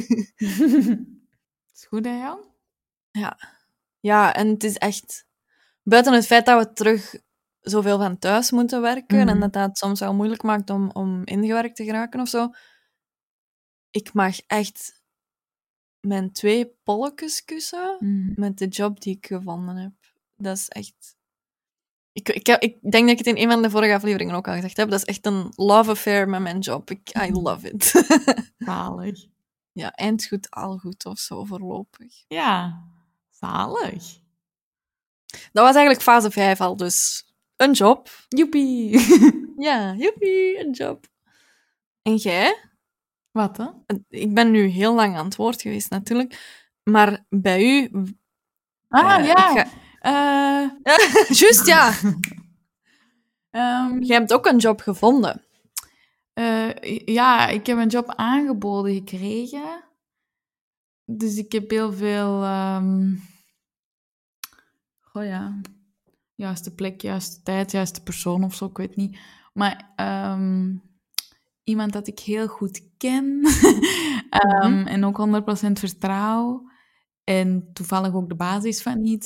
Is goed, hè, Jan? Ja, en het is echt... Buiten het feit dat we terug zoveel van thuis moeten werken en dat het soms wel moeilijk maakt om ingewerkt te geraken of zo. Ik mag echt mijn 2 polletjes kussen met de job die ik gevonden heb. Dat is echt... Ik denk dat ik het in een van de vorige afleveringen ook al gezegd heb. Dat is echt een love affair met mijn job. I love it. Zalig. Ja, eindgoed, al goed of zo, voorlopig. Ja, zalig. Dat was eigenlijk fase 5 al, dus een job. Joepie. Ja, joepie, een job. En jij? Wat, hè? Ik ben nu heel lang aan het woord geweest, natuurlijk. Maar bij u... Ah, ja. ik ga- Juist, ja. Jij hebt ook een job gevonden. Ja, ik heb een job aangeboden gekregen. Dus ik heb heel veel... Oh ja, juiste plek, juiste tijd, juiste persoon of zo, ik weet niet. Maar iemand dat ik heel goed ken en ook 100% vertrouw. En toevallig ook de basis van iets.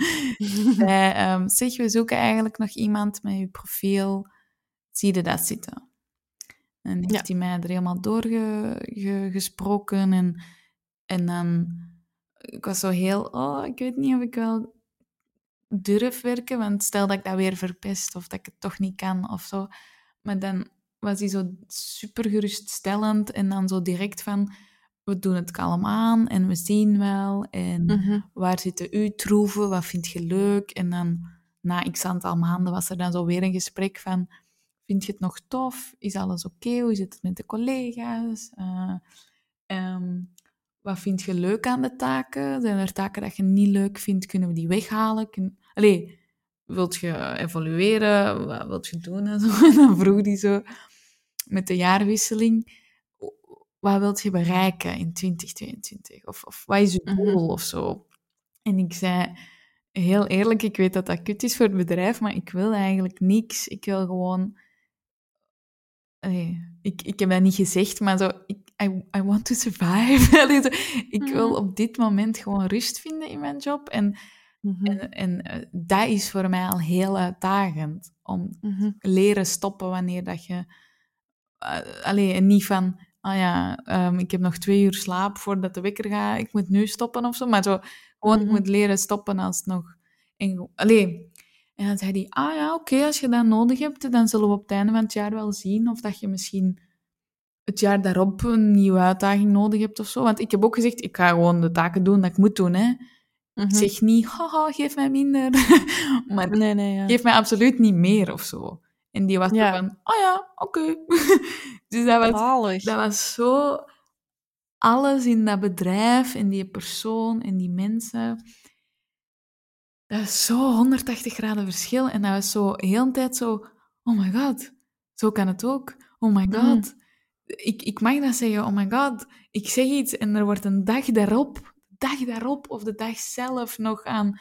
Zeg, we zoeken eigenlijk nog iemand met je profiel. Zie je dat zitten? En heeft hij mij er helemaal doorgesproken. En dan... Ik was zo heel... Oh, ik weet niet of ik wel durf werken. Want stel dat ik dat weer verpest. Of dat ik het toch niet kan of zo. Maar dan was hij zo super geruststellend. En dan zo direct van... We doen het kalm aan en we zien wel. En waar zitten uw troeven? Wat vind je leuk? En dan na x aantal maanden was er dan zo weer een gesprek van... Vind je het nog tof? Is alles oké? Hoe zit het met de collega's? Wat vind je leuk aan de taken? Zijn er taken dat je niet leuk vindt? Kunnen we die weghalen? Wilt je evolueren? Wat wilt je doen? En, zo. En dan vroeg die zo, met de jaarwisseling, wat wilt je bereiken in 2022? Of wat is je doel of zo? En ik zei, heel eerlijk, ik weet dat dat kut is voor het bedrijf, maar ik wil eigenlijk niks. Ik wil gewoon... ik heb dat niet gezegd, maar zo... I want to survive. Ik wil op dit moment gewoon rust vinden in mijn job. En dat is voor mij al heel uitdagend. Om leren stoppen wanneer dat je... en niet van... ik heb nog 2 uur slaap voordat de wekker gaat. Ik moet nu stoppen of zo. Maar zo, gewoon, ik moet leren stoppen als het nog... En dan zei hij, oké, als je dat nodig hebt, dan zullen we op het einde van het jaar wel zien of dat je misschien het jaar daarop een nieuwe uitdaging nodig hebt of zo. Want ik heb ook gezegd, ik ga gewoon de taken doen dat ik moet doen, hè. Ik zeg niet, haha, geef mij minder. Maar geef mij absoluut niet meer of zo. En die was zo van, oké. Dus dat was zo... Alles in dat bedrijf en die persoon en die mensen... Dat is zo 180 graden verschil. En dat was zo heel de tijd zo... Oh my god, zo kan het ook. Oh my god. Ik mag dat zeggen, oh my god. Ik zeg iets en er wordt een dag daarop of de dag zelf nog aan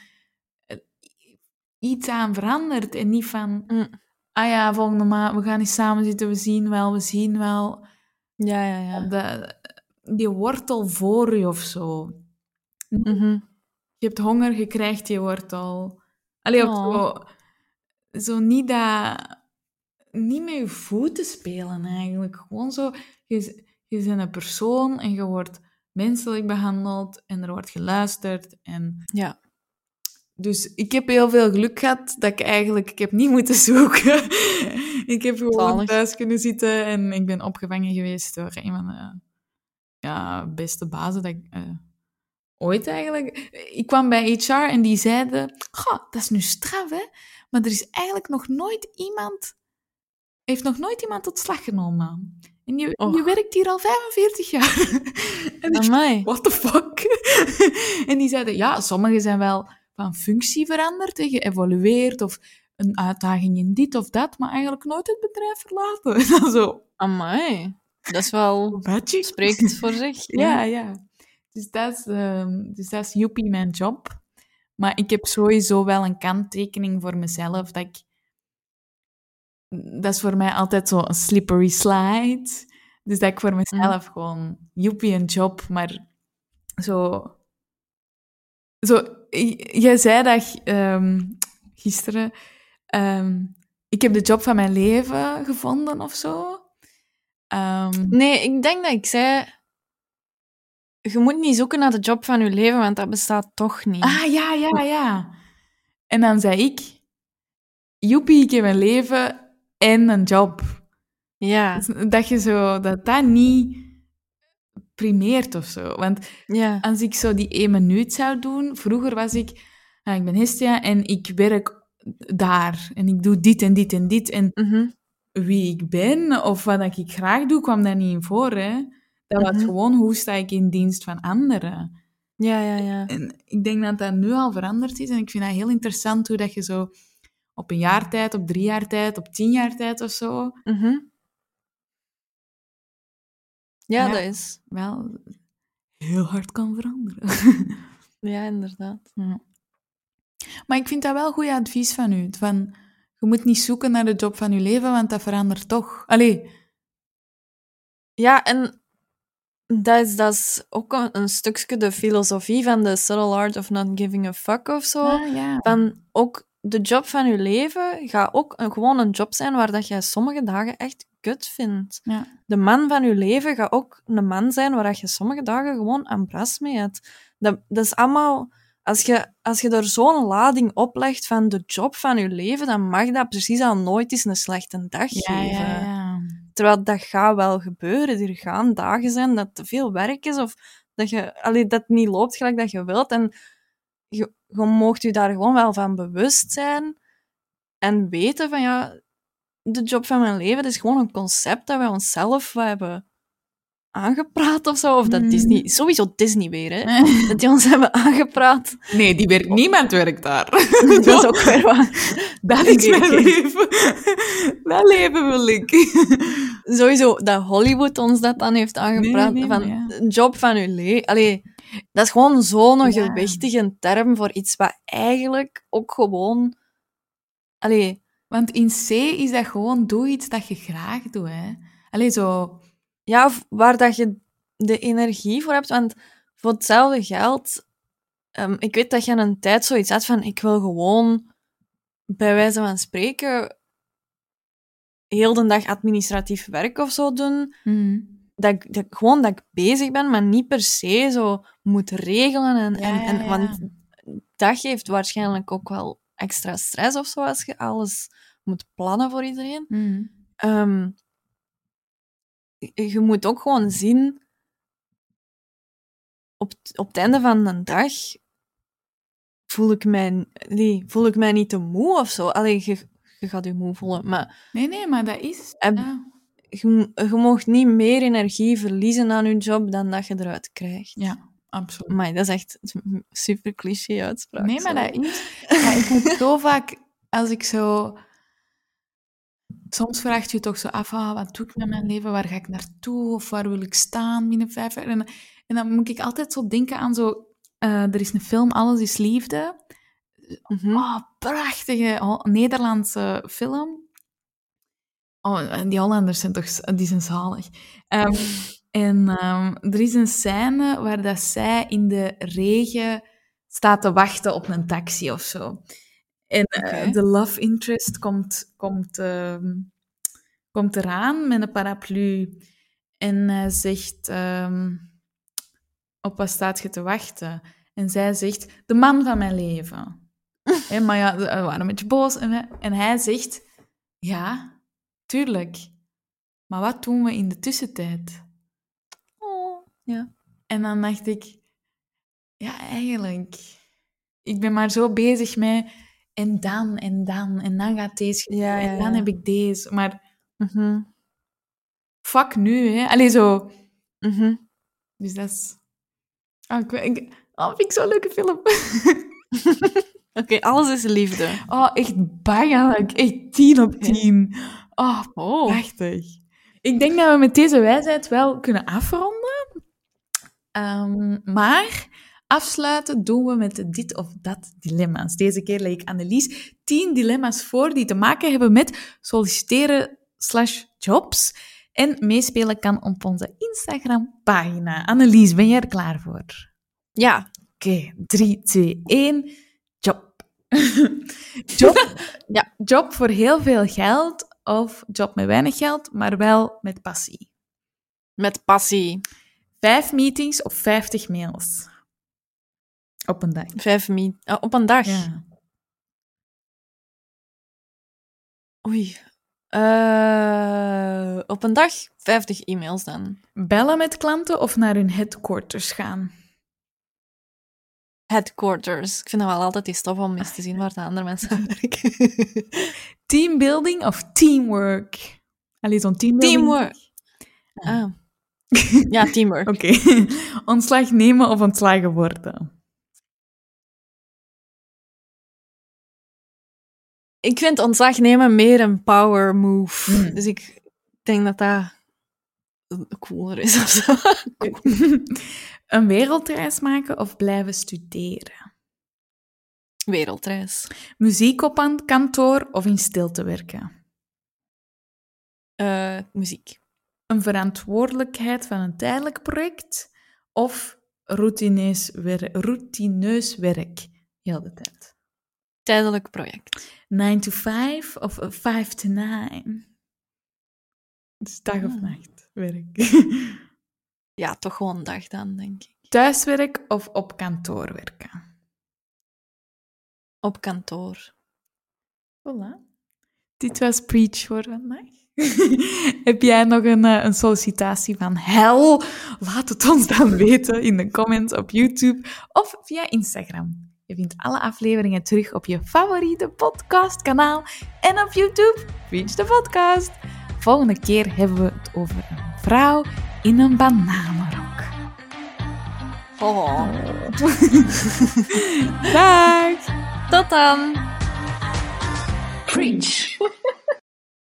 iets aan veranderd. En niet van... volgende maand, we gaan eens samen zitten, we zien wel. Ja. Die wortel voor je of zo. Je hebt honger, je krijgt je wortel. Zo niet dat... Niet met je voeten spelen, eigenlijk. Gewoon zo... Je bent een persoon en je wordt menselijk behandeld en er wordt geluisterd. Ja. Dus ik heb heel veel geluk gehad dat ik heb niet moeten zoeken. Ik heb gewoon thuis kunnen zitten en ik ben opgevangen geweest door een van de beste bazen dat ik... ooit eigenlijk. Ik kwam bij HR en die zeiden... dat is nu straf, hè? Maar er is eigenlijk nog nooit iemand... Heeft nog nooit iemand ontslag genomen. En je werkt hier al 45 jaar. En what the fuck? En die zeiden... Sommigen zijn wel van functie veranderd en geëvolueerd of een uitdaging in dit of dat, maar eigenlijk nooit het bedrijf verlaten. En dan zo... Amai. Dat is wel... Magic. Spreekt voor zich. Ja. Dus dat is joepie mijn job. Maar ik heb sowieso wel een kanttekening voor mezelf. Dat is voor mij altijd zo een slippery slide. Dus dat ik voor mezelf gewoon joepie een job, maar zo... Jij zei dat gisteren... ik heb de job van mijn leven gevonden of zo. Nee, ik denk dat ik zei... Je moet niet zoeken naar de job van je leven, want dat bestaat toch niet. Ja. En dan zei ik... Joepie, ik heb een leven en een job. Ja. Dus dat niet primeert of zo. Want als ik zo die 1 minuut zou doen... Vroeger was ik... ik ben Hestia en ik werk daar. En ik doe dit en dit en dit. En wie ik ben of wat ik graag doe, kwam daar niet in voor. Hè? Dat was gewoon hoe sta ik in dienst van anderen. Ja. En ik denk dat dat nu al veranderd is. En ik vind dat heel interessant hoe dat je zo op 1 jaar tijd, op 3 jaar tijd, op 10 jaar tijd of zo... Ja, dat is... wel heel hard kan veranderen. Ja, inderdaad. Ja. Maar ik vind dat wel goed advies van u. Van, je moet niet zoeken naar de job van je leven, want dat verandert toch. Allee. Ja, en dat is ook een stukje de filosofie van de subtle art of not giving a fuck of zo. Van ook de job van je leven gaat ook gewoon een job zijn waar dat jij sommige dagen echt kut vindt. Ja. De man van je leven gaat ook een man zijn waar dat je sommige dagen gewoon aan bras mee hebt. Dat is allemaal... Als je er zo'n lading oplegt van de job van je leven, dan mag dat precies al nooit eens een slechte dag geven. Ja. Terwijl dat gaat wel gebeuren. Er gaan dagen zijn dat te veel werk is of dat dat niet loopt gelijk dat je wilt. En je moogt je daar gewoon wel van bewust zijn en weten van de job van mijn leven. Het is gewoon een concept dat wij onszelf wat hebben aangepraat of zo. Of dat Disney... Sowieso Disney weer, hè. Dat die ons hebben aangepraat. Nee, niemand werkt daar. Dat is ook weer waar. Dat is mijn leven. Dat leven wil ik. Sowieso dat Hollywood ons dat dan heeft aangepraat. Nee, van ja. een job van uw leven. Allee, dat is gewoon zo'n gewichtige term voor iets wat eigenlijk ook gewoon... Allee... Want in C is dat gewoon, doe iets dat je graag doet, hè. Allee, zo... Ja, of waar dat je de energie voor hebt. Want voor hetzelfde geld... ik weet dat je een tijd zoiets had van... Ik wil gewoon, bij wijze van spreken... heel de dag administratief werk of zo doen. Gewoon dat ik bezig ben, maar niet per se zo moet regelen. Want dat geeft waarschijnlijk ook wel extra stress of zo, als je alles moet plannen voor iedereen. Je moet ook gewoon zien, op het einde van de dag voel ik mij niet te moe of zo. Allee, je gaat je moe voelen, maar... Nee, maar dat is... Je mag niet meer energie verliezen aan je job dan dat je eruit krijgt. Ja, absoluut. Maar dat is echt een super cliché uitspraak. Nee, maar dat is... Ja, ik heb zo vaak, als ik zo... Soms vraagt je toch zo af, wat doe ik met mijn leven? Waar ga ik naartoe? Of waar wil ik staan binnen 5 jaar? En dan moet ik altijd zo denken aan zo... er is een film, Alles is Liefde. Prachtige Nederlandse film. En die Hollanders zijn toch... Die zijn zalig. Er is een scène waar dat zij in de regen staat te wachten op een taxi of zo. En de love interest komt eraan met een paraplu. En hij zegt... op wat staat je te wachten? En zij zegt... De man van mijn leven. Maar ja, we waren een beetje boos. En hij zegt... Ja... Tuurlijk. Maar wat doen we in de tussentijd? Oh, ja. En dan dacht ik... Ja, eigenlijk... Ik ben maar zo bezig met... En dan gaat deze... En dan heb ik deze. Maar... Fuck nu, hè. Allee, zo... Dus dat is... vind ik zo'n leuke film. Oké, Alles is Liefde. Echt bangelijk. Echt 10 op 10. Prachtig. Ik denk dat we met deze wijsheid wel kunnen afronden. Maar afsluiten doen we met de dit of dat dilemma's. Deze keer leg ik Annelies 10 dilemma's voor die te maken hebben met solliciteren/jobs. En meespelen kan op onze Instagram-pagina. Annelies, ben jij er klaar voor? Ja. Oké, 3, 2, 1. Job. Job voor heel veel geld of job met weinig geld, maar wel met passie? Met passie. 5 meetings of 50 mails? Op een dag. 5 op een dag? Ja. Oei. Op een dag 50 e-mails dan. Bellen met klanten of naar hun headquarters gaan? Headquarters. Ik vind dat wel altijd die stof om eens te zien waar de andere mensen werken. Teambuilding of teamwork? Allee, zo'n teambuilding. Teamwork. Ja, teamwork. Oké. Ontslag nemen of ontslagen worden? Ik vind ontslag nemen meer een power move. Dus ik denk dat dat cooler is of zo. Een wereldreis maken of blijven studeren? Wereldreis. Muziek op een kantoor of in stilte werken? Muziek. Een verantwoordelijkheid van een tijdelijk project of routineus werk heel de tijd? Tijdelijk project. 9 to 5 of 5 to 9? Dus dag of nacht werk. Ja, toch gewoon dag dan, denk ik. Thuiswerk of op kantoor werken? Op kantoor. Voilà. Dit was Preach voor vandaag. Heb jij nog een sollicitatie van hel? Laat het ons dan weten in de comments op YouTube of via Instagram. Je vindt alle afleveringen terug op je favoriete podcastkanaal en op YouTube, Preach the Podcast. Volgende keer hebben we het over een vrouw in een bananenrok. Oh. Dag! Tot dan! Preach.